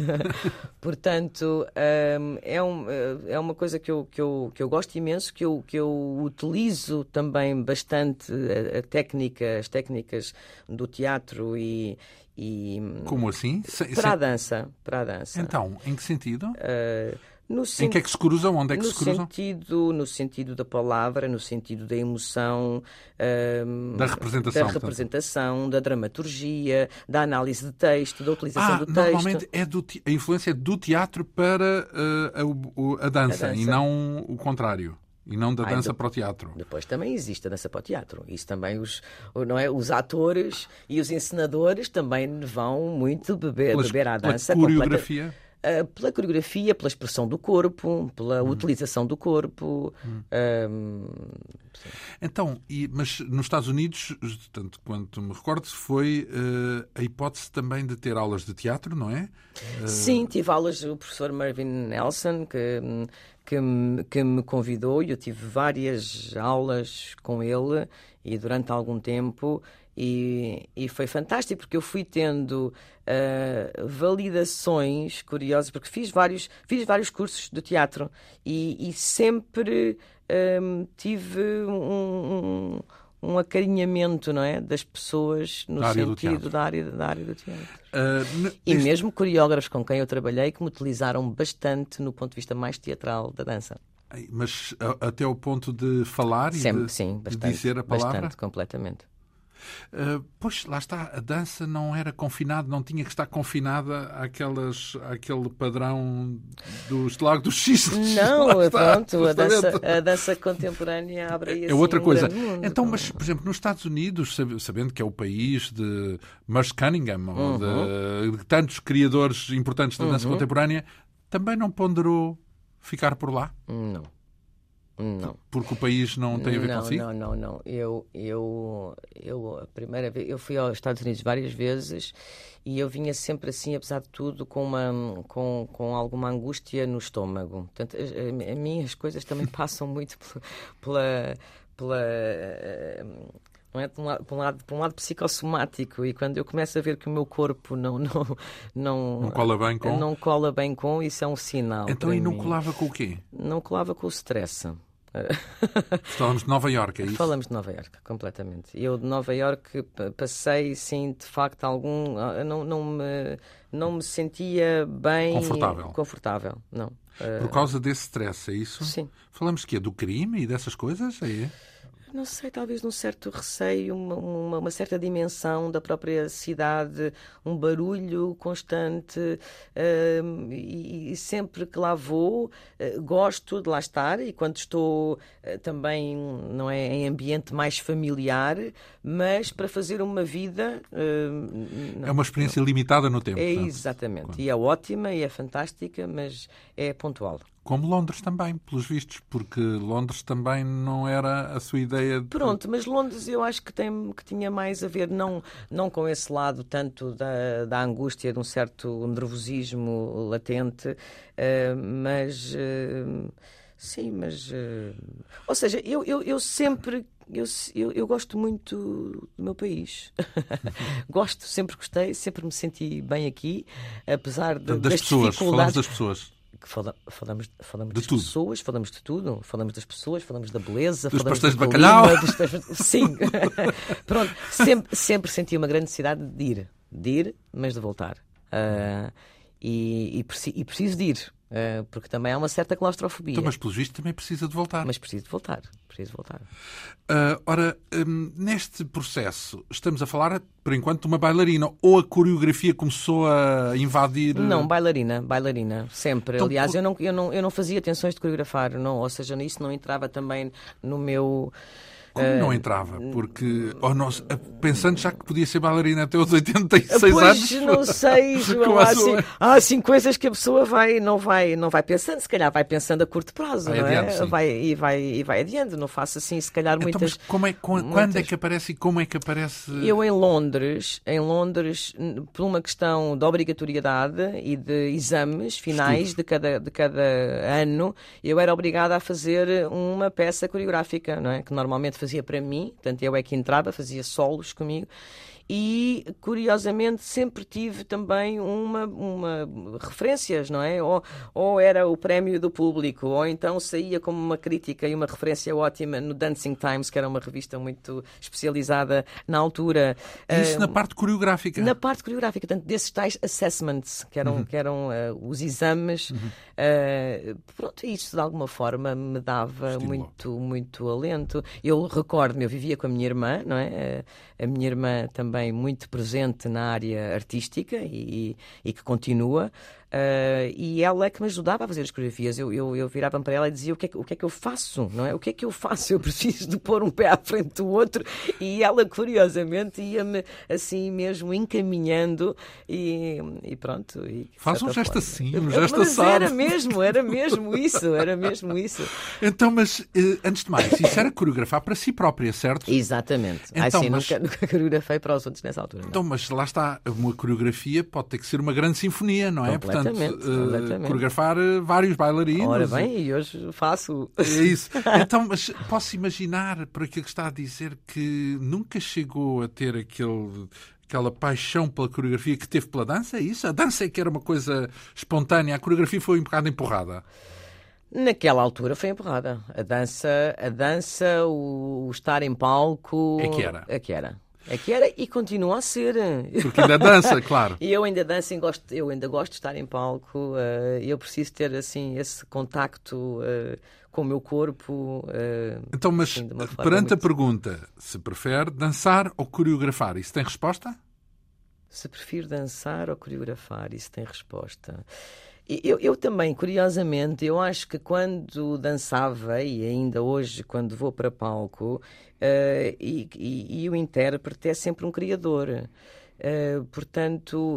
Portanto, um, é, um, é uma coisa que eu, que eu, que eu gosto imenso, que eu, que eu utilizo também bastante a, a técnica, as técnicas do teatro e... e Como assim? Para a dança. Para a dança. Então, em que sentido? Uh, No em que é que se cruzam? Onde é que no se cruzam? Sentido, no sentido da palavra, no sentido da emoção, um, da representação, da, representação da dramaturgia, da análise de texto, da utilização ah, do texto. Normalmente é do, a influência é do teatro para uh, a, a, dança, a dança e não o contrário. E não da dança Ai, do... para o teatro. Depois também existe a dança para o teatro. Isso também os, não é, os atores e os encenadores também vão muito beber, Pelas, beber à dança. Pela coreografia? Completa... Uh, pela coreografia, pela expressão do corpo, pela hum. utilização do corpo. Hum. Um, então, e, mas nos Estados Unidos, tanto quanto me recordo, foi uh, a hipótese também de ter aulas de teatro, não é? Uh... Sim, tive aulas do professor Marvin Nelson, que, que, me, que me convidou, e eu tive várias aulas com ele, e durante algum tempo... E, e foi fantástico, porque eu fui tendo uh, validações curiosas, porque fiz vários, fiz vários cursos de teatro e, e sempre um, tive um, um, um acarinhamento, não é, das pessoas no da sentido da área, da área do teatro. Uh, e neste... mesmo coreógrafos com quem eu trabalhei que me utilizaram bastante no ponto de vista mais teatral da dança. Mas até ao ponto de falar sempre, e de, sim, bastante, de dizer a palavra? Bastante, completamente. Uh, pois, lá está, a dança não era confinada, não tinha que estar confinada àquelas, àquele padrão dos Lago dos Cisnes. Não, pronto, a dança, a dança contemporânea abre aí é assim outra um coisa. Mundo, então, mas, por exemplo, nos Estados Unidos, sabendo que é o país de Merce Cunningham, uhum. ou de, de tantos criadores importantes da dança uhum. contemporânea, também não ponderou ficar por lá? Não. Não. Porque o país não tem a ver não, consigo? Não, não, não. Eu, eu, eu, a primeira vez, eu fui aos Estados Unidos várias vezes e eu vinha sempre assim, apesar de tudo, com, uma, com, com alguma angústia no estômago. Portanto, a, a mim as coisas também passam muito pela... pela não é? Por um, lado, por, um lado, por um lado psicossomático, e quando eu começo a ver que o meu corpo não não não, não cola bem com, não cola bem com, isso é um sinal. Então, e não mim. colava com o quê? Não colava com o stress. Falamos de Nova Iorque, é isso? Falamos de Nova Iorque, completamente. Eu de Nova Iorque passei, sim, de facto, algum... Não, não, me, não me sentia bem... Confortável. Confortável, não. Por causa desse stress, é isso? Sim. Falamos de quê? Do crime e dessas coisas? É? Não sei, talvez num certo receio, uma, uma, uma certa dimensão da própria cidade, um barulho constante, uh, e, e sempre que lá vou, uh, gosto de lá estar, e quando estou uh, também, não é, em ambiente mais familiar, mas para fazer uma vida... Uh, não, é uma experiência não. limitada no tempo. É, não? Exatamente, Quando? E é ótima, e é fantástica, mas é pontual. Como Londres também, pelos vistos, porque Londres também não era a sua ideia de... Pronto, mas Londres eu acho que, tem, que tinha mais a ver, não, não com esse lado tanto da, da angústia, de um certo nervosismo latente, uh, mas... Uh, sim, mas... Uh, ou seja, eu, eu, eu sempre... Eu, eu, eu gosto muito do meu país. Gosto, sempre gostei, sempre me senti bem aqui, apesar de, das, das pessoas, dificuldades... Falamos das pessoas. Fala, falamos falamos de das tudo. pessoas, falamos de tudo, falamos das pessoas, falamos da beleza, dos falamos pastéis de bacalhau. bacalhau. Dos... Sim, pronto, sempre, sempre senti uma grande necessidade de ir, de ir, mas de voltar. Uh, e, e, preci, e preciso de ir. Uh, porque também há uma certa claustrofobia. Então, mas, pelos vistos, também precisa de voltar. Mas preciso de voltar. Preciso de voltar. Uh, ora, um, neste processo, estamos a falar, por enquanto, de uma bailarina. Ou a coreografia começou a invadir... Não, bailarina. Bailarina. Sempre. Então, Aliás, por... eu, não, eu, não, eu não fazia tensões de coreografar. Não, ou seja, isso não entrava também no meu... Como não entrava? Porque, oh, não, pensando já que podia ser bailarina até aos oitenta e seis pois, anos... Pois, não sei, João. Há, assim, há assim coisas que a pessoa vai, não, vai, não vai pensando. Se calhar vai pensando a curto prazo, vai não adiante, é? Vai, e, vai, e vai adiante. Não faço assim, se calhar, então, muitas... Mas como é, com, muitas... quando é que aparece e como é que aparece... Eu, em Londres, em Londres, por uma questão de obrigatoriedade e de exames finais de cada, de cada ano, eu era obrigada a fazer uma peça coreográfica, não é? Que normalmente fazia para mim. Portanto, eu é que entrava, fazia solos comigo e, curiosamente, sempre tive também uma, uma referências, não é? Ou, ou era o prémio do público, ou então saía como uma crítica e uma referência ótima no Dancing Times, que era uma revista muito especializada na altura. Isso uh, na parte coreográfica? Na parte coreográfica, portanto, desses tais assessments, que eram, uhum. que eram uh, os exames. Uhum. Uh, pronto, isso de alguma forma me dava muito, muito alento. Eu recordo-me, eu vivia com a minha irmã, não é? A, a minha irmã também muito presente na área artística e, e que continua. Uh, e ela é que me ajudava a fazer as coreografias. Eu, eu, eu virava para ela e dizia o que, é que, o que é que eu faço, não é? O que é que eu faço? Eu preciso de pôr um pé à frente do outro. E ela, curiosamente, ia-me assim mesmo encaminhando e, e pronto. E, Faz um gesto forma. assim, um gesto mas assado. Era mesmo, era mesmo isso, era mesmo isso. Então, mas antes de mais, isso era coreografar para si própria, certo? Exatamente. Então, assim, mas... nunca, nunca coreografei para os outros nessa altura. Não. Então, mas lá está, uma coreografia pode ter que ser uma grande sinfonia, não é? Portanto, Uh, coreografar uh, vários bailarinos. Ora bem, e hoje faço. É isso. Então, mas posso imaginar, por aquilo que está a dizer, que nunca chegou a ter aquele, aquela paixão pela coreografia que teve pela dança, é isso? A dança é que era uma coisa espontânea, a coreografia foi um bocado empurrada. Naquela altura foi empurrada. A dança, a dança o, o estar em palco... É que era. É que era. É que era e continua a ser. Porque ainda dança, claro. E eu ainda danço e gosto, eu ainda gosto de estar em palco. Uh, eu preciso ter assim esse contacto uh, com o meu corpo. Uh, então, mas assim, perante muito... a pergunta, se prefere dançar ou coreografar, isso tem resposta? Se prefiro dançar ou coreografar, isso tem resposta. Eu, eu também, curiosamente, eu acho que quando dançava, e ainda hoje quando vou para palco, uh, e, e, e o intérprete é sempre um criador. Uh, portanto,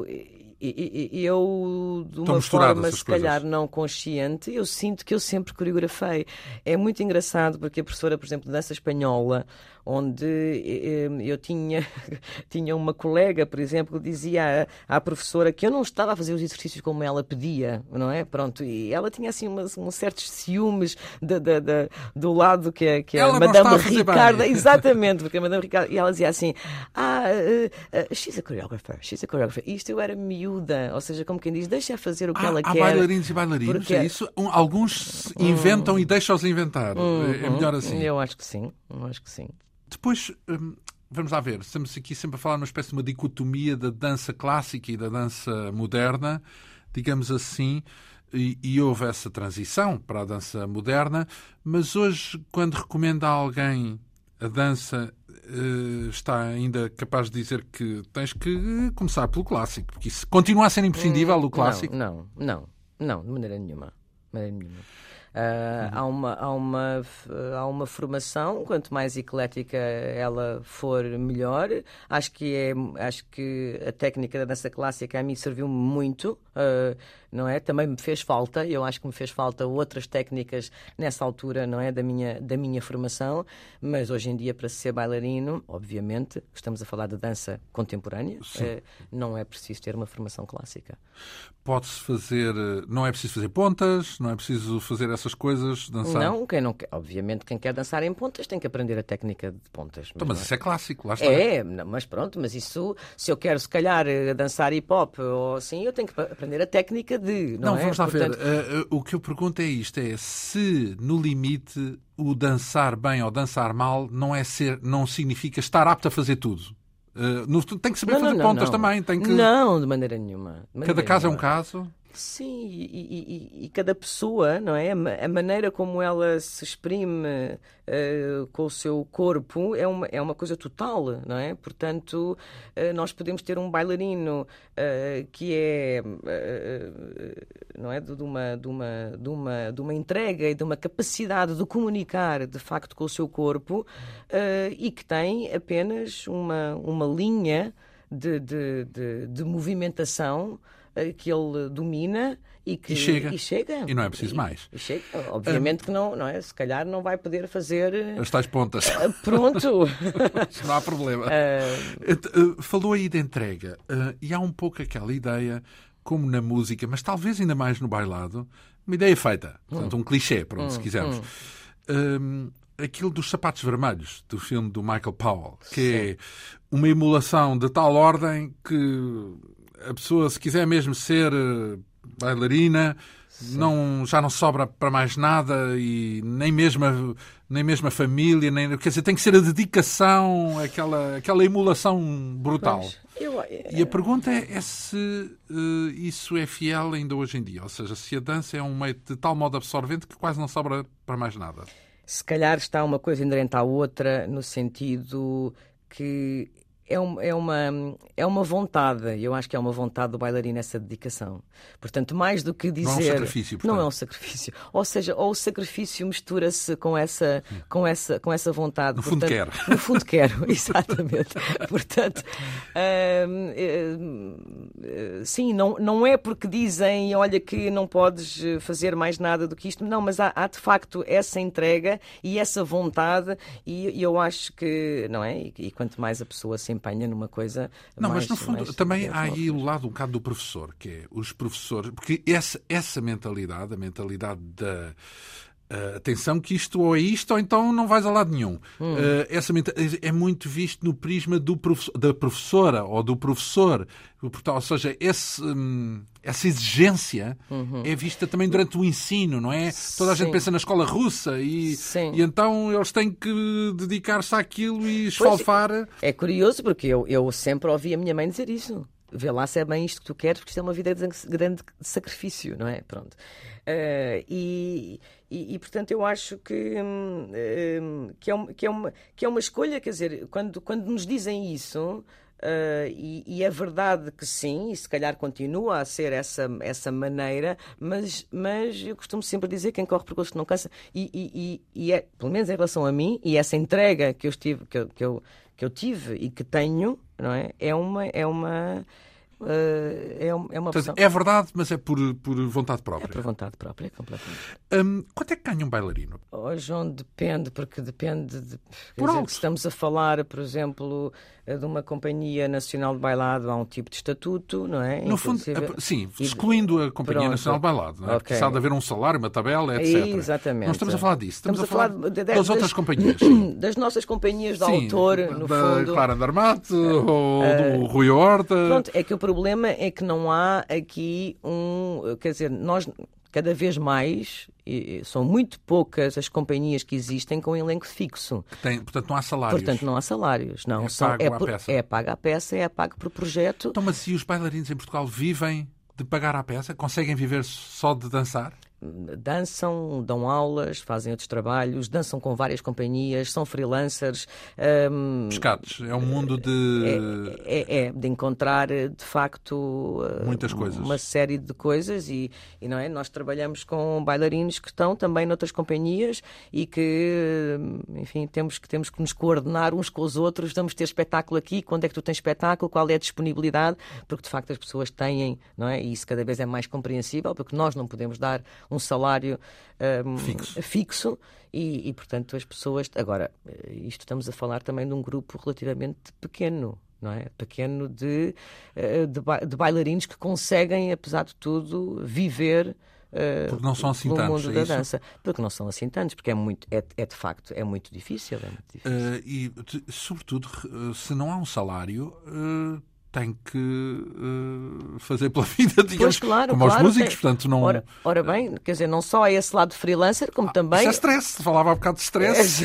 eu, de uma forma, se calhar, não consciente, eu sinto que eu sempre coreografei. É muito engraçado porque a professora, por exemplo, de dança espanhola, onde eu tinha, tinha uma colega, por exemplo, que dizia à, à professora que eu não estava a fazer os exercícios como ela pedia, não é? Pronto, e ela tinha assim umas, uns certos ciúmes de, de, de, do lado que a, que a Madame Ricarda, exatamente, porque a Madame Ricarda, e ela dizia assim, ah, uh, uh, she's a choreographer, she's a choreographer. E isto eu era miúda, ou seja, como quem diz, deixa fazer o que ah, ela há quer. Há bailarinos e bailarinos, porque... é isso? Um, alguns inventam hum, e deixam-os inventar. Hum, é melhor assim. Eu acho que sim, eu acho que sim. Depois, vamos lá ver, estamos aqui sempre a falar numa espécie de uma dicotomia da dança clássica e da dança moderna, digamos assim, e, e houve essa transição para a dança moderna, mas hoje, quando recomenda a alguém a dança, está ainda capaz de dizer que tens que começar pelo clássico, porque isso continua a ser imprescindível, o clássico. Não, não, não, não, de maneira nenhuma. De maneira nenhuma. Uh, uhum. há, uma, há, uma, há uma formação, quanto mais eclética ela for, melhor. Acho que, é, acho que a técnica da dança clássica a mim serviu-me muito, uh, não é? Também me fez falta, eu acho que me fez falta outras técnicas nessa altura, não é? Da minha, da minha formação, mas hoje em dia, para ser bailarino, obviamente, estamos a falar de dança contemporânea, uh, não é preciso ter uma formação clássica. Pode-se fazer, não é preciso fazer pontas, não é preciso fazer essas coisas, dançar? Não, quem não quer, obviamente quem quer dançar em pontas tem que aprender a técnica de pontas. Então, mas, mas isso é clássico, lá está. É, mas pronto, mas isso, se eu quero se calhar dançar hip-hop ou assim, eu tenho que aprender a técnica de, não, não é? Vamos lá Portanto... ver, uh, uh, o que eu pergunto é isto, é se no limite o dançar bem ou dançar mal não, é ser, não significa estar apto a fazer tudo. Uh, no, tem que saber não, fazer não, contas não. também. Tem que... Não, de maneira nenhuma. De maneira Cada caso nenhuma. é um caso. Sim, e, e, e cada pessoa, não é? A maneira como ela se exprime uh, com o seu corpo é uma, é uma coisa total, não é? Portanto, uh, nós podemos ter um bailarino uh, que é, uh, não é? De uma, de, uma, de, uma, de uma entrega e de uma capacidade de comunicar, de facto, com o seu corpo uh, e que tem apenas uma, uma linha de, de, de, de movimentação que ele domina e que e chega. E, chega. E não é preciso e, mais. E chega. Obviamente um, que não, não é? Se calhar não vai poder fazer... As tais pontas. Uh, pronto. Não há problema. Uh... Uh, falou aí de entrega. Uh, e há um pouco aquela ideia, como na música, mas talvez ainda mais no bailado, uma ideia feita. Portanto, um clichê, pronto, hum, se quisermos. Hum. Um, aquilo dos sapatos vermelhos, do filme do Michael Powell, que Sim. é uma emulação de tal ordem que... a pessoa, se quiser mesmo ser bailarina, não, já não sobra para mais nada e nem mesmo a, nem mesmo a família, nem, quer dizer, tem que ser a dedicação, aquela, aquela emulação brutal. Pois, eu... E a pergunta é, é se uh, isso é fiel ainda hoje em dia, ou seja, se a dança é um meio de tal modo absorvente que quase não sobra para mais nada. Se calhar está uma coisa inerente à outra, no sentido que É uma, é, uma, é uma vontade, eu acho que é uma vontade do bailarino essa dedicação. Portanto, mais do que dizer... Não é um sacrifício, portanto. Não é um sacrifício. Ou seja, ou o sacrifício mistura-se com essa, com essa, com essa vontade. No portanto, fundo quero. No fundo quero, exatamente. Portanto, hum, hum, sim, não, não é porque dizem, olha que não podes fazer mais nada do que isto. Não, mas há, há de facto essa entrega e essa vontade e, e eu acho que, não é? E, e quanto mais a pessoa se empenha numa coisa... Não, mais, mas no fundo mais, também mais há aí o lado um bocado do professor, que é os professores... Porque essa, essa mentalidade, a mentalidade da... Uh, atenção que isto ou é isto ou então não vais a lado nenhum. Hum. Uh, essa é muito visto no prisma do profe- da professora ou do professor. Ou seja, esse, um, essa exigência uhum. é vista também durante o ensino, não é? Sim. Toda a gente pensa na escola russa e, e então eles têm que dedicar-se àquilo e esfalfar. Pois, é curioso porque eu, eu sempre ouvi a minha mãe dizer isso. Vê lá se é bem isto que tu queres, porque isto é uma vida de grande sacrifício, não é? Pronto. Uh, e, e, e, portanto, eu acho que, um, que, é uma, que, é uma, que é uma escolha, quer dizer, quando, quando nos dizem isso, uh, e, e é verdade que sim, e se calhar continua a ser essa, essa maneira, mas, mas eu costumo sempre dizer que quem corre por gosto não cansa, e, e, e é, pelo menos em relação a mim, e essa entrega que eu, estive, que eu, que eu, que eu tive e que tenho, não é? É uma... É uma Uh, é, uma, é uma Portanto, é verdade, mas é por, por vontade própria. É por vontade própria, completamente. Um, quanto é que ganha um bailarino? Oh, João, depende, porque depende de... Por dizer, alto. Se estamos a falar, por exemplo, de uma companhia nacional de bailado, há um tipo de estatuto, não é? No Inclusive... fundo, sim, excluindo a Companhia Pronto. Nacional de Bailado, não é? Okay. Porque há de haver um salário, uma tabela, etcétera. Exatamente. Não estamos a falar disso. Estamos, estamos a falar, falar de, das, das outras companhias. Sim. Das nossas companhias de sim, autor, no da fundo. Clara Andarmate, uh, ou uh, do Rui Horta. Pronto, é que o problema é que não há aqui um... Quer dizer, nós... Cada vez mais, são muito poucas as companhias que existem com elenco fixo. Que tem, portanto, não há salários. Portanto, não há salários. Não. É São, pago é, à por, peça. É pago à peça, é pago por projeto. Então, mas e os bailarinos em Portugal vivem de pagar à peça? Conseguem viver só de dançar? Dançam, dão aulas, fazem outros trabalhos, dançam com várias companhias, são freelancers. Um, Pescados, é um mundo de... É, é, é de encontrar, de facto, muitas coisas. Uma série de coisas e, e não é? Nós trabalhamos com bailarinos que estão também noutras companhias e que, enfim, temos que, temos que nos coordenar uns com os outros, vamos ter espetáculo aqui, quando é que tu tens espetáculo, qual é a disponibilidade, porque de facto as pessoas têm, não é? E isso cada vez é mais compreensível, porque nós não podemos dar um salário um, fixo, fixo e, e, portanto, as pessoas... Agora, isto estamos a falar também de um grupo relativamente pequeno, não é? Pequeno de, de, ba de bailarinos que conseguem, apesar de tudo, viver... Uh, porque não são assim no tantos, mundo é da isso? dança. Porque não são assim tantos, porque é, muito, é, é de facto é muito difícil. É muito difícil. Uh, e, sobretudo, se não há um salário... Uh... tem que uh, fazer pela vida, digamos, pois, claro, como claro, aos músicos, tem. portanto não... Ora, ora bem, quer dizer, não só é esse lado freelancer, como ah, também... Isso é stress, falava há bocado de stress.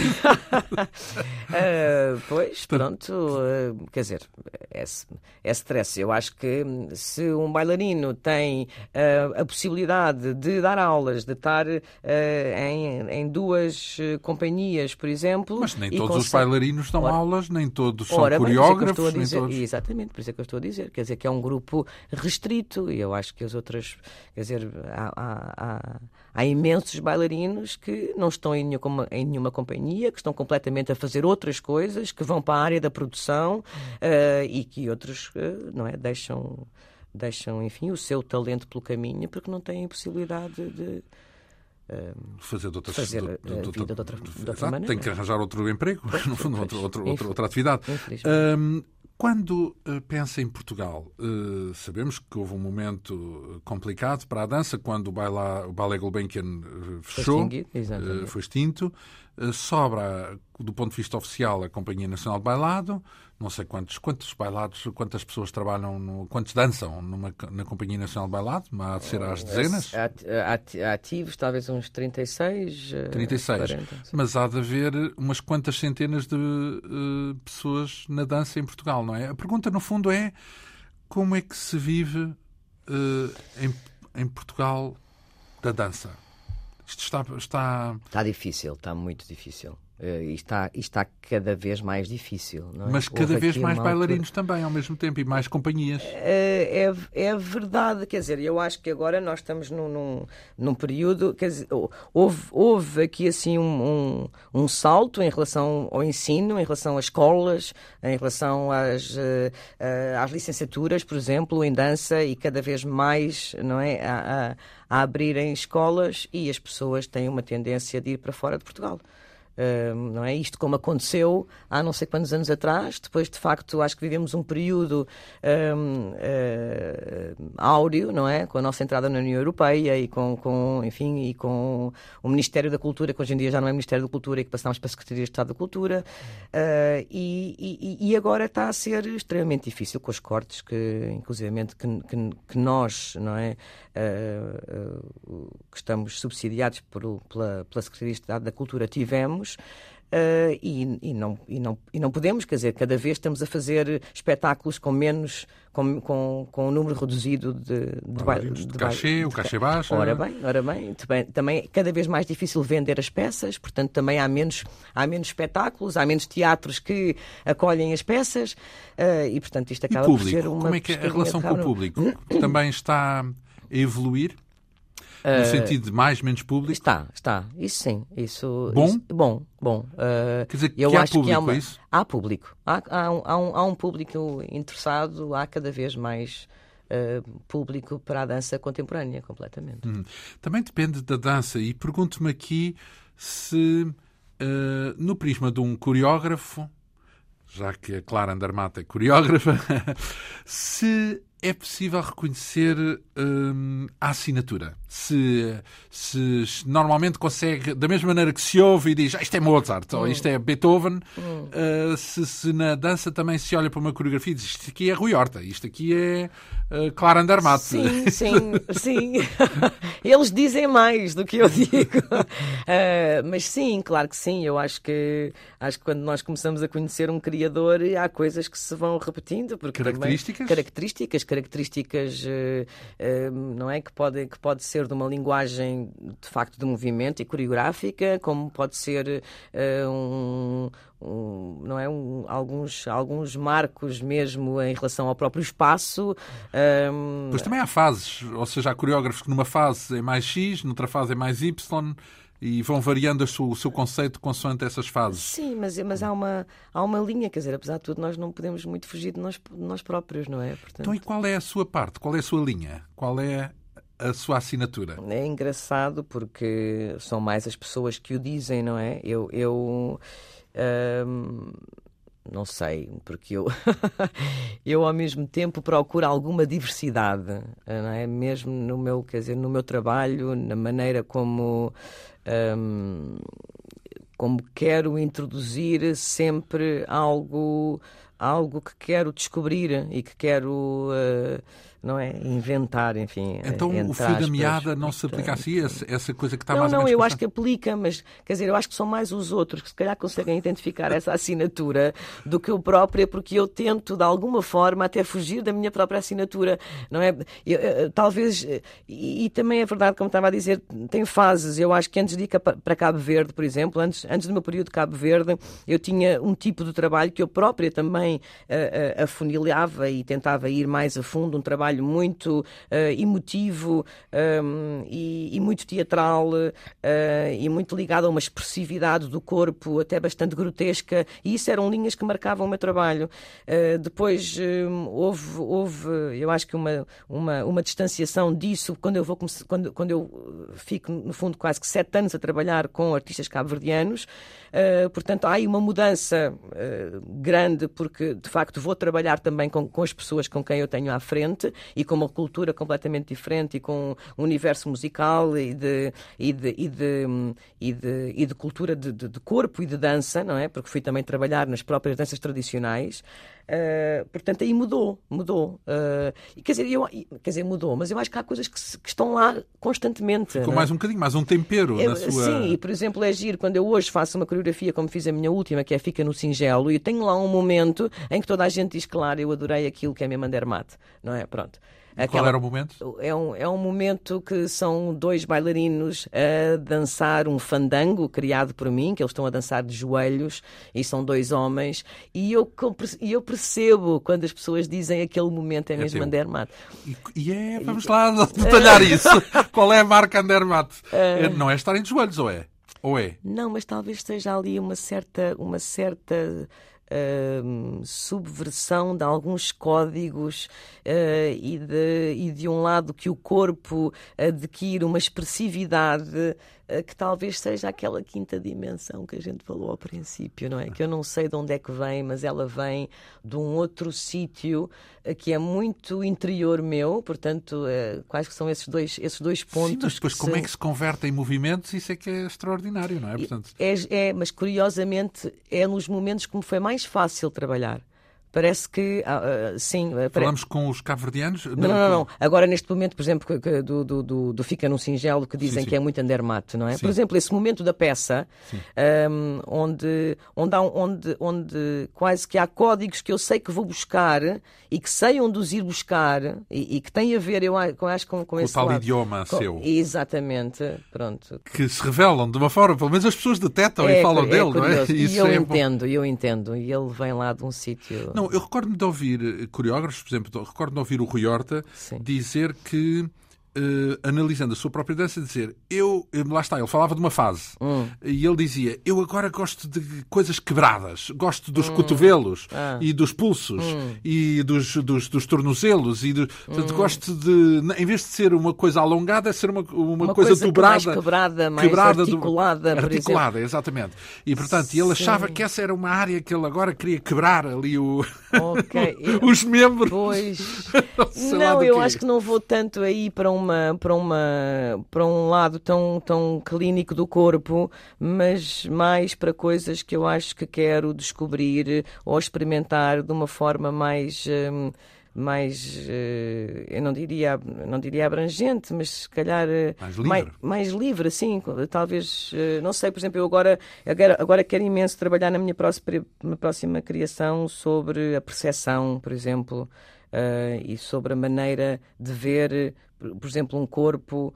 uh, pois, pronto, uh, quer dizer, é, é stress. Eu acho que se um bailarino tem uh, a possibilidade de dar aulas, de estar uh, em, em duas uh, companhias, por exemplo... Mas nem e todos consegue... os bailarinos dão ora, aulas, nem todos são ora, coreógrafos, bem, por isso é que eu estou a dizer, nem todos... exatamente, por isso é que eu estou a dizer. Quer dizer, que é um grupo restrito e eu acho que as outras... Quer dizer, há, há, há, há imensos bailarinos que não estão em nenhuma, em nenhuma companhia, que estão completamente a fazer outras coisas, que vão para a área da produção uh, e que outros uh, não é, deixam, deixam, enfim, o seu talento pelo caminho porque não têm possibilidade de... Uh, fazer de outras, fazer de, a de, vida de, de outra, de outra exato, maneira. tem que arranjar outro emprego, pois, no fundo, pois, outro, outro, infel... outra atividade. Um, quando uh, pensa em Portugal, uh, sabemos que houve um momento complicado para a dança, quando o, baila, o Ballet Gulbenkian uh, fechou, foi, uh, foi extinto. Uh, sobra, do ponto de vista oficial, a Companhia Nacional de Bailado. Não sei quantos, quantos bailados, quantas pessoas trabalham, no, quantos dançam numa, na Companhia Nacional de Bailado, mas há de ser às dezenas. Ativos, talvez uns trinta e seis. trinta e seis. quarenta, mas há de haver umas quantas centenas de uh, pessoas na dança em Portugal, não é? A pergunta, no fundo, é como é que se vive uh, em, em Portugal da dança? Isto está, está... Está difícil, está muito difícil. Uh, e está, e está cada vez mais difícil. Não é? Mas cada Houve vez mais bailarinos altura... também, ao mesmo tempo, e mais companhias. Uh, é, é verdade, quer dizer, eu acho que agora nós estamos num, num, num período, quer dizer, houve, houve aqui assim um, um, um salto em relação ao ensino, em relação às escolas, em relação às, uh, uh, às licenciaturas, por exemplo, em dança, e cada vez mais, não é, a, a, a abrirem escolas, e as pessoas têm uma tendência de ir para fora de Portugal. Uh, não é? Isto como aconteceu há não sei quantos anos atrás. Depois, de facto, acho que vivemos um período um, uh, áureo, não é? Com a nossa entrada na União Europeia e com, com, enfim, e com o Ministério da Cultura, que hoje em dia já não é Ministério da Cultura e que passámos para a Secretaria de Estado da Cultura, uh, e, e, e agora está a ser extremamente difícil com os cortes que, inclusivamente, que, que, que nós, não é? Uh, uh, que estamos subsidiados por, pela, pela Secretaria de Estado da Cultura tivemos. Uh, e, e, não, e, não, e não podemos, quer dizer, cada vez estamos a fazer espetáculos com menos, com, com, com um número reduzido de, de, ba- de, de cachê, de, o cachê baixo. Ora bem, ora bem, também, também é cada vez mais difícil vender as peças, portanto também há menos, há menos espetáculos, há menos teatros que acolhem as peças, uh, e portanto isto acaba e público, por ser uma... Como é que é a relação com o público? Também está a evoluir? No sentido de mais, menos público? Está, está. Isso sim. Isso, bom? Isso, bom, bom. Uh, Quer dizer, eu que há acho público, que há, uma, é isso? há público. Há, há, um, há, um, há um público interessado, há cada vez mais uh, público para a dança contemporânea, completamente. Hum. Também depende da dança. E pergunto-me aqui se, uh, no prisma de um coreógrafo, já que a Clara Andermatt é coreógrafa, se é possível reconhecer hum, a assinatura. Se, se normalmente consegue, da mesma maneira que se ouve e diz ah, isto é Mozart, hum. ou isto é Beethoven, hum. uh, se, se na dança também se olha para uma coreografia e diz isto aqui é Rui Horta, isto aqui é uh, Clara Andermatt. Sim, sim, sim. Eles dizem mais do que eu digo. Uh, mas sim, claro que sim. Eu acho que, acho que quando nós começamos a conhecer um criador, há coisas que se vão repetindo. Porque características? Também, características, características, uh, uh, não é? Que pode, que pode ser de uma linguagem, de facto, de movimento e coreográfica, como pode ser uh, um... Um, não é? Um, alguns, alguns marcos mesmo em relação ao próprio espaço. Um... Pois também há fases, ou seja, há coreógrafos que numa fase é mais X, noutra fase é mais Y, e vão variando o seu conceito consoante essas fases. Sim, mas, mas há, uma, há uma linha, quer dizer, apesar de tudo, nós não podemos muito fugir de nós, de nós próprios, não é? Portanto... Então, e qual é a sua parte? Qual é a sua linha? Qual é a sua assinatura? É engraçado porque são mais as pessoas que o dizem, não é? Eu... eu hum, não sei, porque eu, eu ao mesmo tempo procuro alguma diversidade, não é? Mesmo no meu, quer dizer, no meu trabalho, na maneira como, hum, como quero introduzir sempre algo, algo que quero descobrir e que quero... Uh, não é? Inventar, enfim. Então o fio da meada não se aplica assim, essa, essa coisa que está não, mais ou menos... Não, não, eu constante. acho que aplica, mas, quer dizer, eu acho que são mais os outros que se calhar conseguem identificar essa assinatura do que eu própria, porque eu tento, de alguma forma, até fugir da minha própria assinatura, não é? Eu, eu, talvez, e, e também é verdade, como estava a dizer, tem fases. Eu acho que antes de ir para Cabo Verde, por exemplo, antes, antes do meu período de Cabo Verde, eu tinha um tipo de trabalho que eu própria também uh, uh, afunilhava e tentava ir mais a fundo, um trabalho muito uh, emotivo um, e, e muito teatral uh, e muito ligado a uma expressividade do corpo até bastante grotesca, e isso eram linhas que marcavam o meu trabalho. Uh, depois um, houve, houve, eu acho que uma, uma, uma distanciação disso quando eu, vou, quando, quando eu fico, no fundo, quase que sete anos a trabalhar com artistas cabo-verdianos. Uh, portanto, há aí uma mudança uh, grande, porque, de facto, vou trabalhar também com, com as pessoas com quem eu tenho à frente e com uma cultura completamente diferente e com um universo musical e de, e de, e de, e de, e de cultura de, de, de corpo e de dança, não é? Porque fui também trabalhar nas próprias danças tradicionais. Uh, portanto, aí mudou, mudou. Uh, e, quer dizer, eu, quer dizer, mudou, mas eu acho que há coisas que, se, que estão lá constantemente. Ficou mais um bocadinho, mais um tempero eu, na sua... Sim, e por exemplo, é giro, quando eu hoje faço uma coreografia como fiz a minha última, que é Fica no Singelo, e eu tenho lá um momento em que toda a gente diz, claro, eu adorei aquilo que é mesmo Andermatt, não é? Pronto. Aquela... Qual era o momento? É um, é um momento que são dois bailarinos a dançar um fandango criado por mim, que eles estão a dançar de joelhos, e são dois homens, e eu, e eu percebo quando as pessoas dizem aquele momento é mesmo é Andermatt. E, e é, vamos lá detalhar isso. Qual é a marca Andermatt? É, não é estarem de joelhos, ou é? Ou é? Não, mas talvez seja ali uma certa... Uma certa... Uh, subversão de alguns códigos uh, e, de, e de um lado que o corpo adquire uma expressividade uh, que talvez seja aquela quinta dimensão que a gente falou ao princípio, não é? Que eu não sei de onde é que vem, mas ela vem de um outro sítio uh, que é muito interior meu, portanto, uh, quais que são esses dois, esses dois pontos? Sim, mas depois como se... é que se converte em movimentos? Isso é que é extraordinário, não é? Portanto... É, é, mas curiosamente é nos momentos que me foi mais fácil trabalhar. Parece que, uh, sim... Falamos com os cabo-verdianos? Não, não, não, não. Agora, neste momento, por exemplo, que, que, do, do, do, do Fica no Singelo, que dizem sim, sim. que é muito Andermatt, não é? Sim. Por exemplo, esse momento da peça, um, onde, onde, há, onde, onde quase que há códigos que eu sei que vou buscar e que sei onde os ir buscar e, e que tem a ver, eu acho, com, com, com esse o tal lado. idioma com, seu. Exatamente, pronto. Que se revelam de uma forma, pelo menos as pessoas detectam é, e falam é dele, curioso. não é? E eu é entendo, bom. eu entendo. E ele vem lá de um sítio... Não, eu recordo-me de ouvir coreógrafos, por exemplo, recordo-me de ouvir o Rui Horta Sim. dizer que, uh, analisando a sua própria dança, dizer, eu, lá está, ele falava de uma fase, hum. e ele dizia, eu agora gosto de coisas quebradas, gosto dos hum. cotovelos, ah. e dos pulsos, hum. e dos, dos, dos tornozelos, e do, portanto, hum. gosto de, em vez de ser uma coisa alongada, é ser uma, uma, uma coisa, coisa dobrada, mais quebrada, mais quebrada, articulada, do, articulada, exatamente. E, portanto, Sim. ele achava que essa era uma área que ele agora queria quebrar ali o... Okay. os membros. Pois. Não, eu acho que não vou tanto aí para uma para uma para um lado tão tão clínico do corpo, mas mais para coisas que eu acho que quero descobrir ou experimentar de uma forma mais hum, mais, eu não diria, não diria abrangente, mas se calhar mais livre, mais, mais livre, sim, talvez, não sei, por exemplo, eu agora, agora, agora quero imenso trabalhar na minha próxima, na próxima criação sobre a percepção, por exemplo, uh, e sobre a maneira de ver, por exemplo, um corpo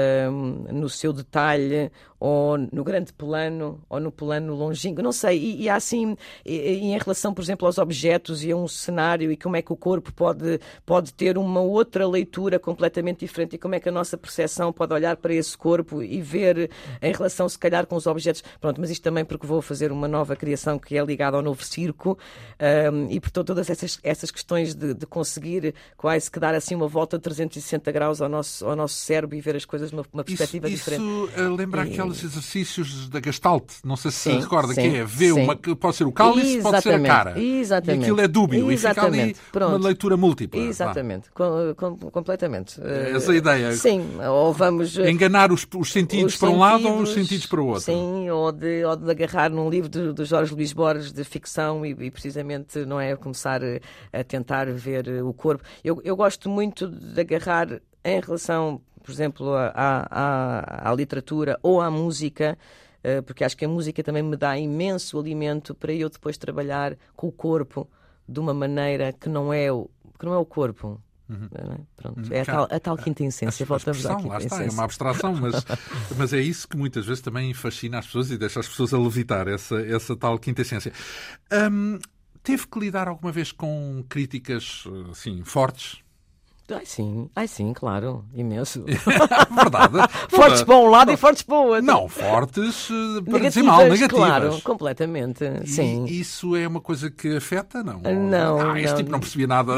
uh, no seu detalhe, ou no grande plano, ou no plano longínquo, não sei, e, e há assim, e, e em relação, por exemplo, aos objetos e a um cenário, e como é que o corpo pode, pode ter uma outra leitura completamente diferente, e como é que a nossa percepção pode olhar para esse corpo e ver em relação, se calhar, com os objetos. Pronto, mas isto também porque vou fazer uma nova criação que é ligada ao novo circo, um, e portanto todas essas, essas questões de, de conseguir quase que dar assim uma volta de trezentos e sessenta graus causa ao nosso, ao nosso cérebro e ver as coisas de uma, uma perspectiva isso, diferente. Isso uh, lembra e... aqueles exercícios da Gestalt, não sei se sim, se recorda, sim, que é ver uma, pode ser o cálice, exatamente, pode ser a cara. Exatamente. E aquilo é dúbio exatamente. E fica ali Pronto. uma leitura múltipla. Exatamente, com, com, completamente. Essa ideia. Sim, ou vamos... Enganar os, os sentidos os para um lado ou os sentidos para o outro. Sim, ou de, ou de agarrar num livro de, de Jorge Luís Borges de ficção e, e precisamente, não é, começar a tentar ver o corpo. Eu, eu gosto muito de agarrar em relação, por exemplo, à, à, à literatura ou à música, porque acho que a música também me dá imenso alimento para eu depois trabalhar com o corpo de uma maneira que não é o, que não é o corpo. Uhum. Não é? Pronto. Uhum. É a tal, a tal quinta essência. Voltamos à quinta lá está, essência. É uma abstração, mas, mas é isso que muitas vezes também fascina as pessoas e deixa as pessoas a levitar, essa, essa tal quinta essência. Hum, teve que lidar alguma vez com críticas assim, fortes? Ai sim, ai sim, claro, imenso. Verdade. Fortes para um lado e fortes para o outro. Não, fortes para dizer mal, negativas. Claro, completamente, e sim. Isso é uma coisa que afeta, não? Não, ah, este não, tipo não percebia nada.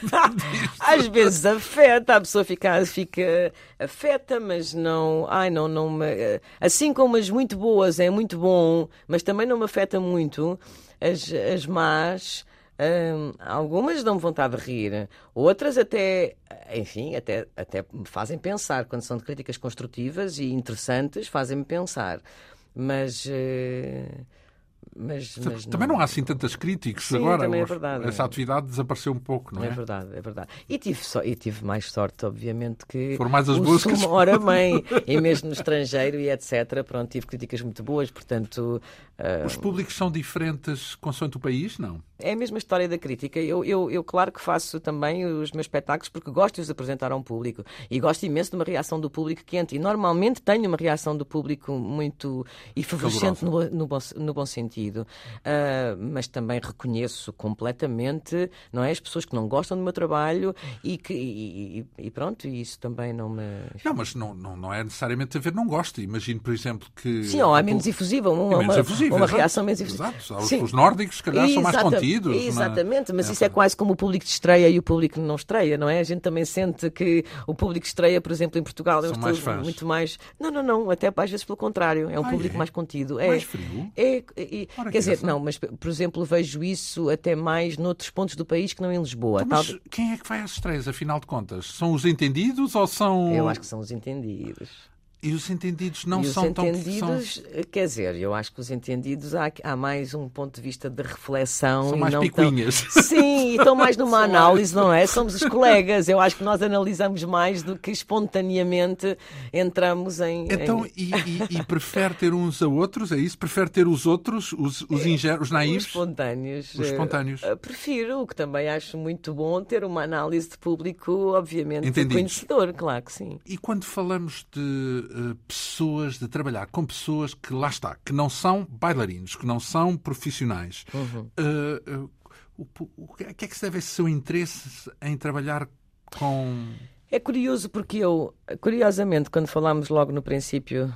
Às vezes afeta, a pessoa fica, fica afeta, mas não, ai não, não me, assim como as muito boas é muito bom, mas também não me afeta muito, as, as más... Hum, algumas dão vontade de rir, outras até, enfim, até, até me fazem pensar. Quando são de críticas construtivas e interessantes, fazem-me pensar. Mas... Uh... Mas, mas também não... não há assim tantas críticas Sim, agora. Também é verdade. Essa atividade desapareceu um pouco, não é? É verdade, é verdade. E tive, so... e tive mais sorte, obviamente, que foram mais as buscas. Uma hora mãe, e mesmo no estrangeiro e etcétera. Pronto, tive críticas muito boas, portanto... Uh... Os públicos são diferentes consoante o país, não? É a mesma história da crítica. Eu, eu, eu, claro que faço também os meus espetáculos porque gosto de os apresentar a um público e gosto imenso de uma reação do público quente e normalmente tenho uma reação do público muito efervescente no, no, bom, no bom sentido. Uh, mas também reconheço completamente, não é, as pessoas que não gostam do meu trabalho e que e, e, e pronto, e isso também não me... Não, mas não, não, não é necessariamente haver não gosto. Imagino, por exemplo, que... Sim, ou é menos efusiva, uma, é menos efusiva, uma, uma reação menos efusiva. Exato. Os, os nórdicos, se calhar, são mais contidos. Exatamente, na... mas isso é quase como o público de estreia e o público não estreia, não é? A gente também sente que o público de estreia, por exemplo, em Portugal, são eu mais estou fãs. Muito mais... Não, não, não, até às vezes pelo contrário, é um ah, público é? mais contido. Mais é, frio? É, é, quer dizer, essa? Não, mas, por exemplo, vejo isso até mais noutros pontos do país que não em Lisboa. Então, mas Tal... quem é que vai às estreias, afinal de contas? São os entendidos ou são... Eu acho que são os entendidos. E os entendidos não e são os entendidos, tão... Quer dizer, eu acho que os entendidos há, há mais um ponto de vista de reflexão. São e mais não picuinhas. Tão... Sim, e estão mais numa análise, não é? Somos os colegas. Eu acho que nós analisamos mais do que espontaneamente entramos em... Então, em... E, e, e prefere ter uns a outros, é isso? Prefere ter os outros, os, os ingênuos, os naivos? Os espontâneos. Os espontâneos. Uh, prefiro, o que também acho muito bom, ter uma análise de público, obviamente, entendidos. Conhecedor, claro que sim. E quando falamos de uh, pessoas de trabalhar com pessoas que, lá está, que não são bailarinos, que não são profissionais. Uhum. Uh, uh, o, o, o que é que se deve esse seu interesse em trabalhar com... É curioso porque eu, curiosamente, quando falámos logo no princípio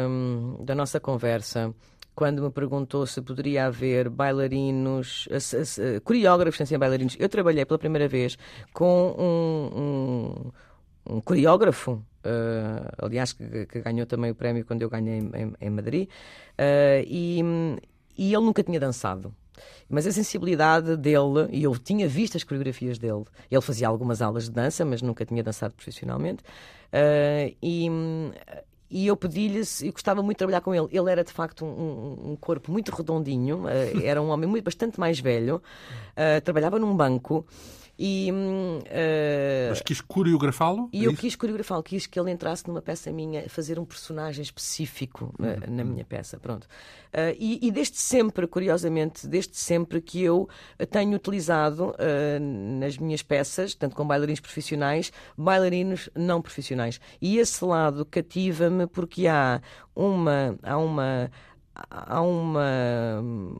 um, da nossa conversa, quando me perguntou se poderia haver bailarinos, uh, uh, coreógrafos sem ser bailarinos, eu trabalhei pela primeira vez com um, um, um coreógrafo, Uh, aliás, que, que ganhou também o prémio quando eu ganhei em, em Madrid, uh, e, e ele nunca tinha dançado. Mas a sensibilidade dele, e eu tinha visto as coreografias dele, ele fazia algumas aulas de dança, mas nunca tinha dançado profissionalmente, uh, e... E eu pedi-lhe, e gostava muito de trabalhar com ele. Ele era, de facto, um, um corpo muito redondinho, uh, era um homem muito, bastante mais velho, uh, trabalhava num banco. E, uh, Mas quis coreografá-lo? E é eu isso? quis coreografá-lo, quis que ele entrasse numa peça minha, fazer um personagem específico uhum. uh, na minha peça, pronto. Uh, e, e desde sempre, curiosamente, desde sempre que eu tenho utilizado uh, nas minhas peças, tanto com bailarinos profissionais, bailarinos não profissionais. E esse lado cativa-me porque há uma... Há uma, há uma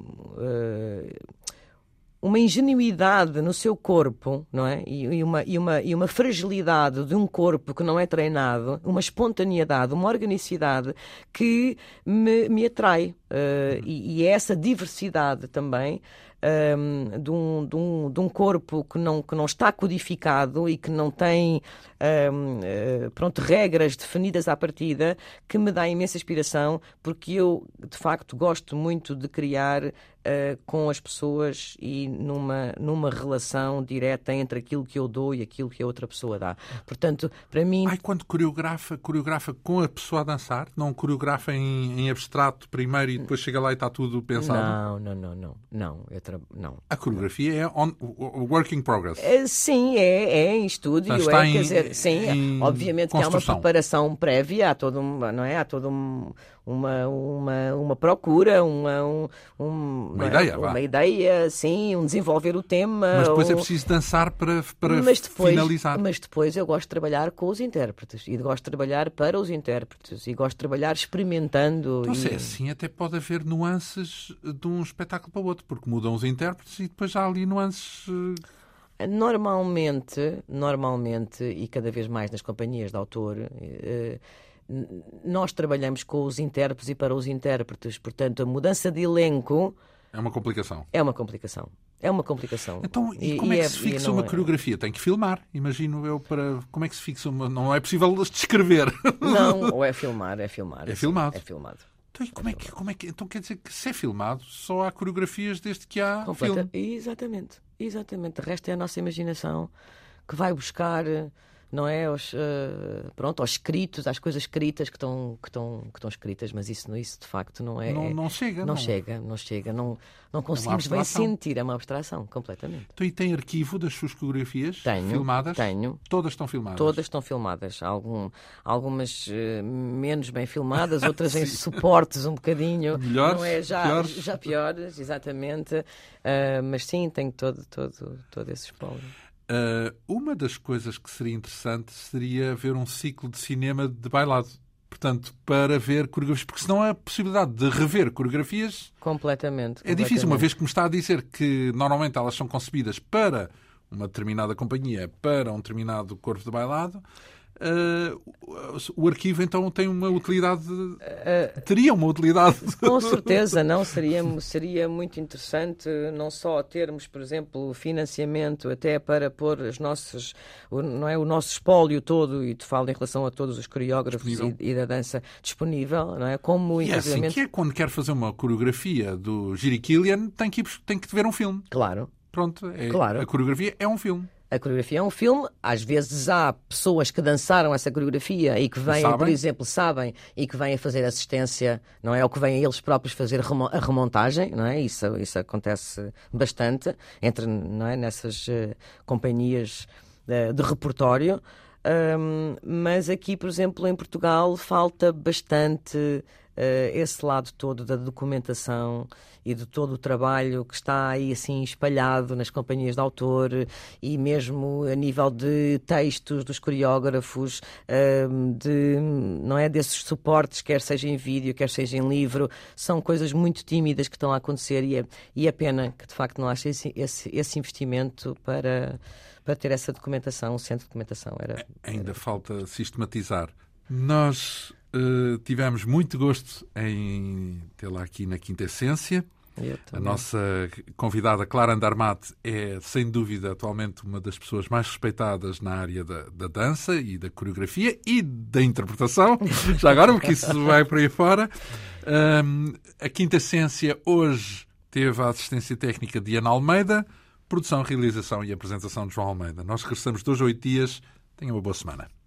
uh, uma ingenuidade no seu corpo, não é? E, e, uma, e, uma, e uma fragilidade de um corpo que não é treinado, uma espontaneidade, uma organicidade que me, me atrai. Uh, e, e é essa diversidade também um, de, um, de, um, de um corpo que não, que não está codificado e que não tem um, uh, pronto, regras definidas à partida, que me dá imensa inspiração, porque eu, de facto, gosto muito de criar uh, com as pessoas e numa, numa relação direta entre aquilo que eu dou e aquilo que a outra pessoa dá. Portanto, para mim... Ai, quando coreografa, coreografa com a pessoa a dançar? Não coreografa em, em abstrato primeiro e depois chega lá e está tudo pensado? Não, não, não, não. não, eu tra... não. A coreografia é on, work in progress. É, sim, é, é em estúdio. Então, está é, em, quer dizer, sim, em obviamente que há uma construção. preparação prévia, há todo um, não é? Há todo um, uma, uma, uma procura, uma, um, um, uma, é? ideia, uma vá. ideia, sim, um desenvolver o tema. Mas depois um... é preciso dançar para, para mas depois, finalizar. Mas depois eu gosto de trabalhar com os intérpretes e gosto de trabalhar para os intérpretes e gosto de trabalhar experimentando. Então, e... se é assim, até pode haver nuances de um espetáculo para o outro, porque mudam os intérpretes e depois já há ali nuances... Normalmente, normalmente, e cada vez mais nas companhias de autor, eh, nós trabalhamos com os intérpretes e para os intérpretes. Portanto, a mudança de elenco... É uma complicação. É uma complicação. É uma complicação. Então, e, e como e é que se fixa uma é... coreografia? Tem que filmar, imagino eu, para... Como é que se fixa uma... Não é possível descrever. Não, ou é filmar, é filmar. É filmado. É filmado. Então, como é que, como é que, então quer dizer que se é filmado, só há coreografias desde que há Completa... filme. Exatamente, exatamente. O resto é a nossa imaginação que vai buscar, não é, aos, uh, pronto, aos escritos, às coisas escritas que estão, que estão, que estão escritas, mas isso, isso de facto não é... Não, não chega. Não, não chega, não chega. Não, não conseguimos bem sentir, é uma abstração, completamente. Então, e tem arquivo das suas coreografias tenho, filmadas? Tenho. Todas estão filmadas? Todas estão filmadas. Algum, algumas uh, menos bem filmadas, outras em suportes um bocadinho. Melhores? Não é? Já piores? já piores, exatamente. Uh, mas sim, tenho todo, todo, todo esse espólio. Uh, uma das coisas que seria interessante seria ver um ciclo de cinema de bailado. Portanto, para ver coreografias. Porque senão a possibilidade de rever coreografias... Completamente. É difícil, uma vez que me está a dizer que normalmente elas são concebidas para uma determinada companhia, para um determinado corpo de bailado... Uh, o arquivo então tem uma utilidade, uh, teria uma utilidade. Com certeza, não seria, seria muito interessante não só termos, por exemplo, financiamento até para pôr os nossos, não é, o nosso espólio todo, e te falo em relação a todos os coreógrafos e, e da dança disponível, não é? Como e é assim que é quando quer fazer uma coreografia do Jiri Kilian, tem que, ir, tem que ver um filme. Claro. Pronto, é, claro. A coreografia é um filme. A coreografia é um filme, às vezes há pessoas que dançaram essa coreografia e que vêm, por exemplo, sabem e que vêm a fazer assistência, não é? Ou que vêm eles próprios fazer a remontagem, não é? Isso, isso acontece bastante entre, não é? Nessas uh, companhias uh, de repertório. Um, mas aqui, por exemplo, em Portugal, falta bastante uh, esse lado todo da documentação e de todo o trabalho que está aí assim espalhado nas companhias de autor e mesmo a nível de textos dos coreógrafos, um, de, não é, desses suportes, quer seja em vídeo, quer seja em livro, são coisas muito tímidas que estão a acontecer e é, e é pena que de facto não haja esse, esse, esse investimento para... para ter essa documentação, o centro de documentação. Era, Ainda era... falta sistematizar. Nós uh, tivemos muito gosto em tê-la aqui na Quinta Essência. A nossa convidada Clara Andermatt é, sem dúvida, atualmente uma das pessoas mais respeitadas na área da, da dança e da coreografia e da interpretação. Já agora, porque isso vai por aí fora. Um, a Quinta Essência hoje teve a assistência técnica de Ana Almeida. Produção, realização e apresentação de João Almeida. Nós regressamos dois a oito dias. Tenham uma boa semana.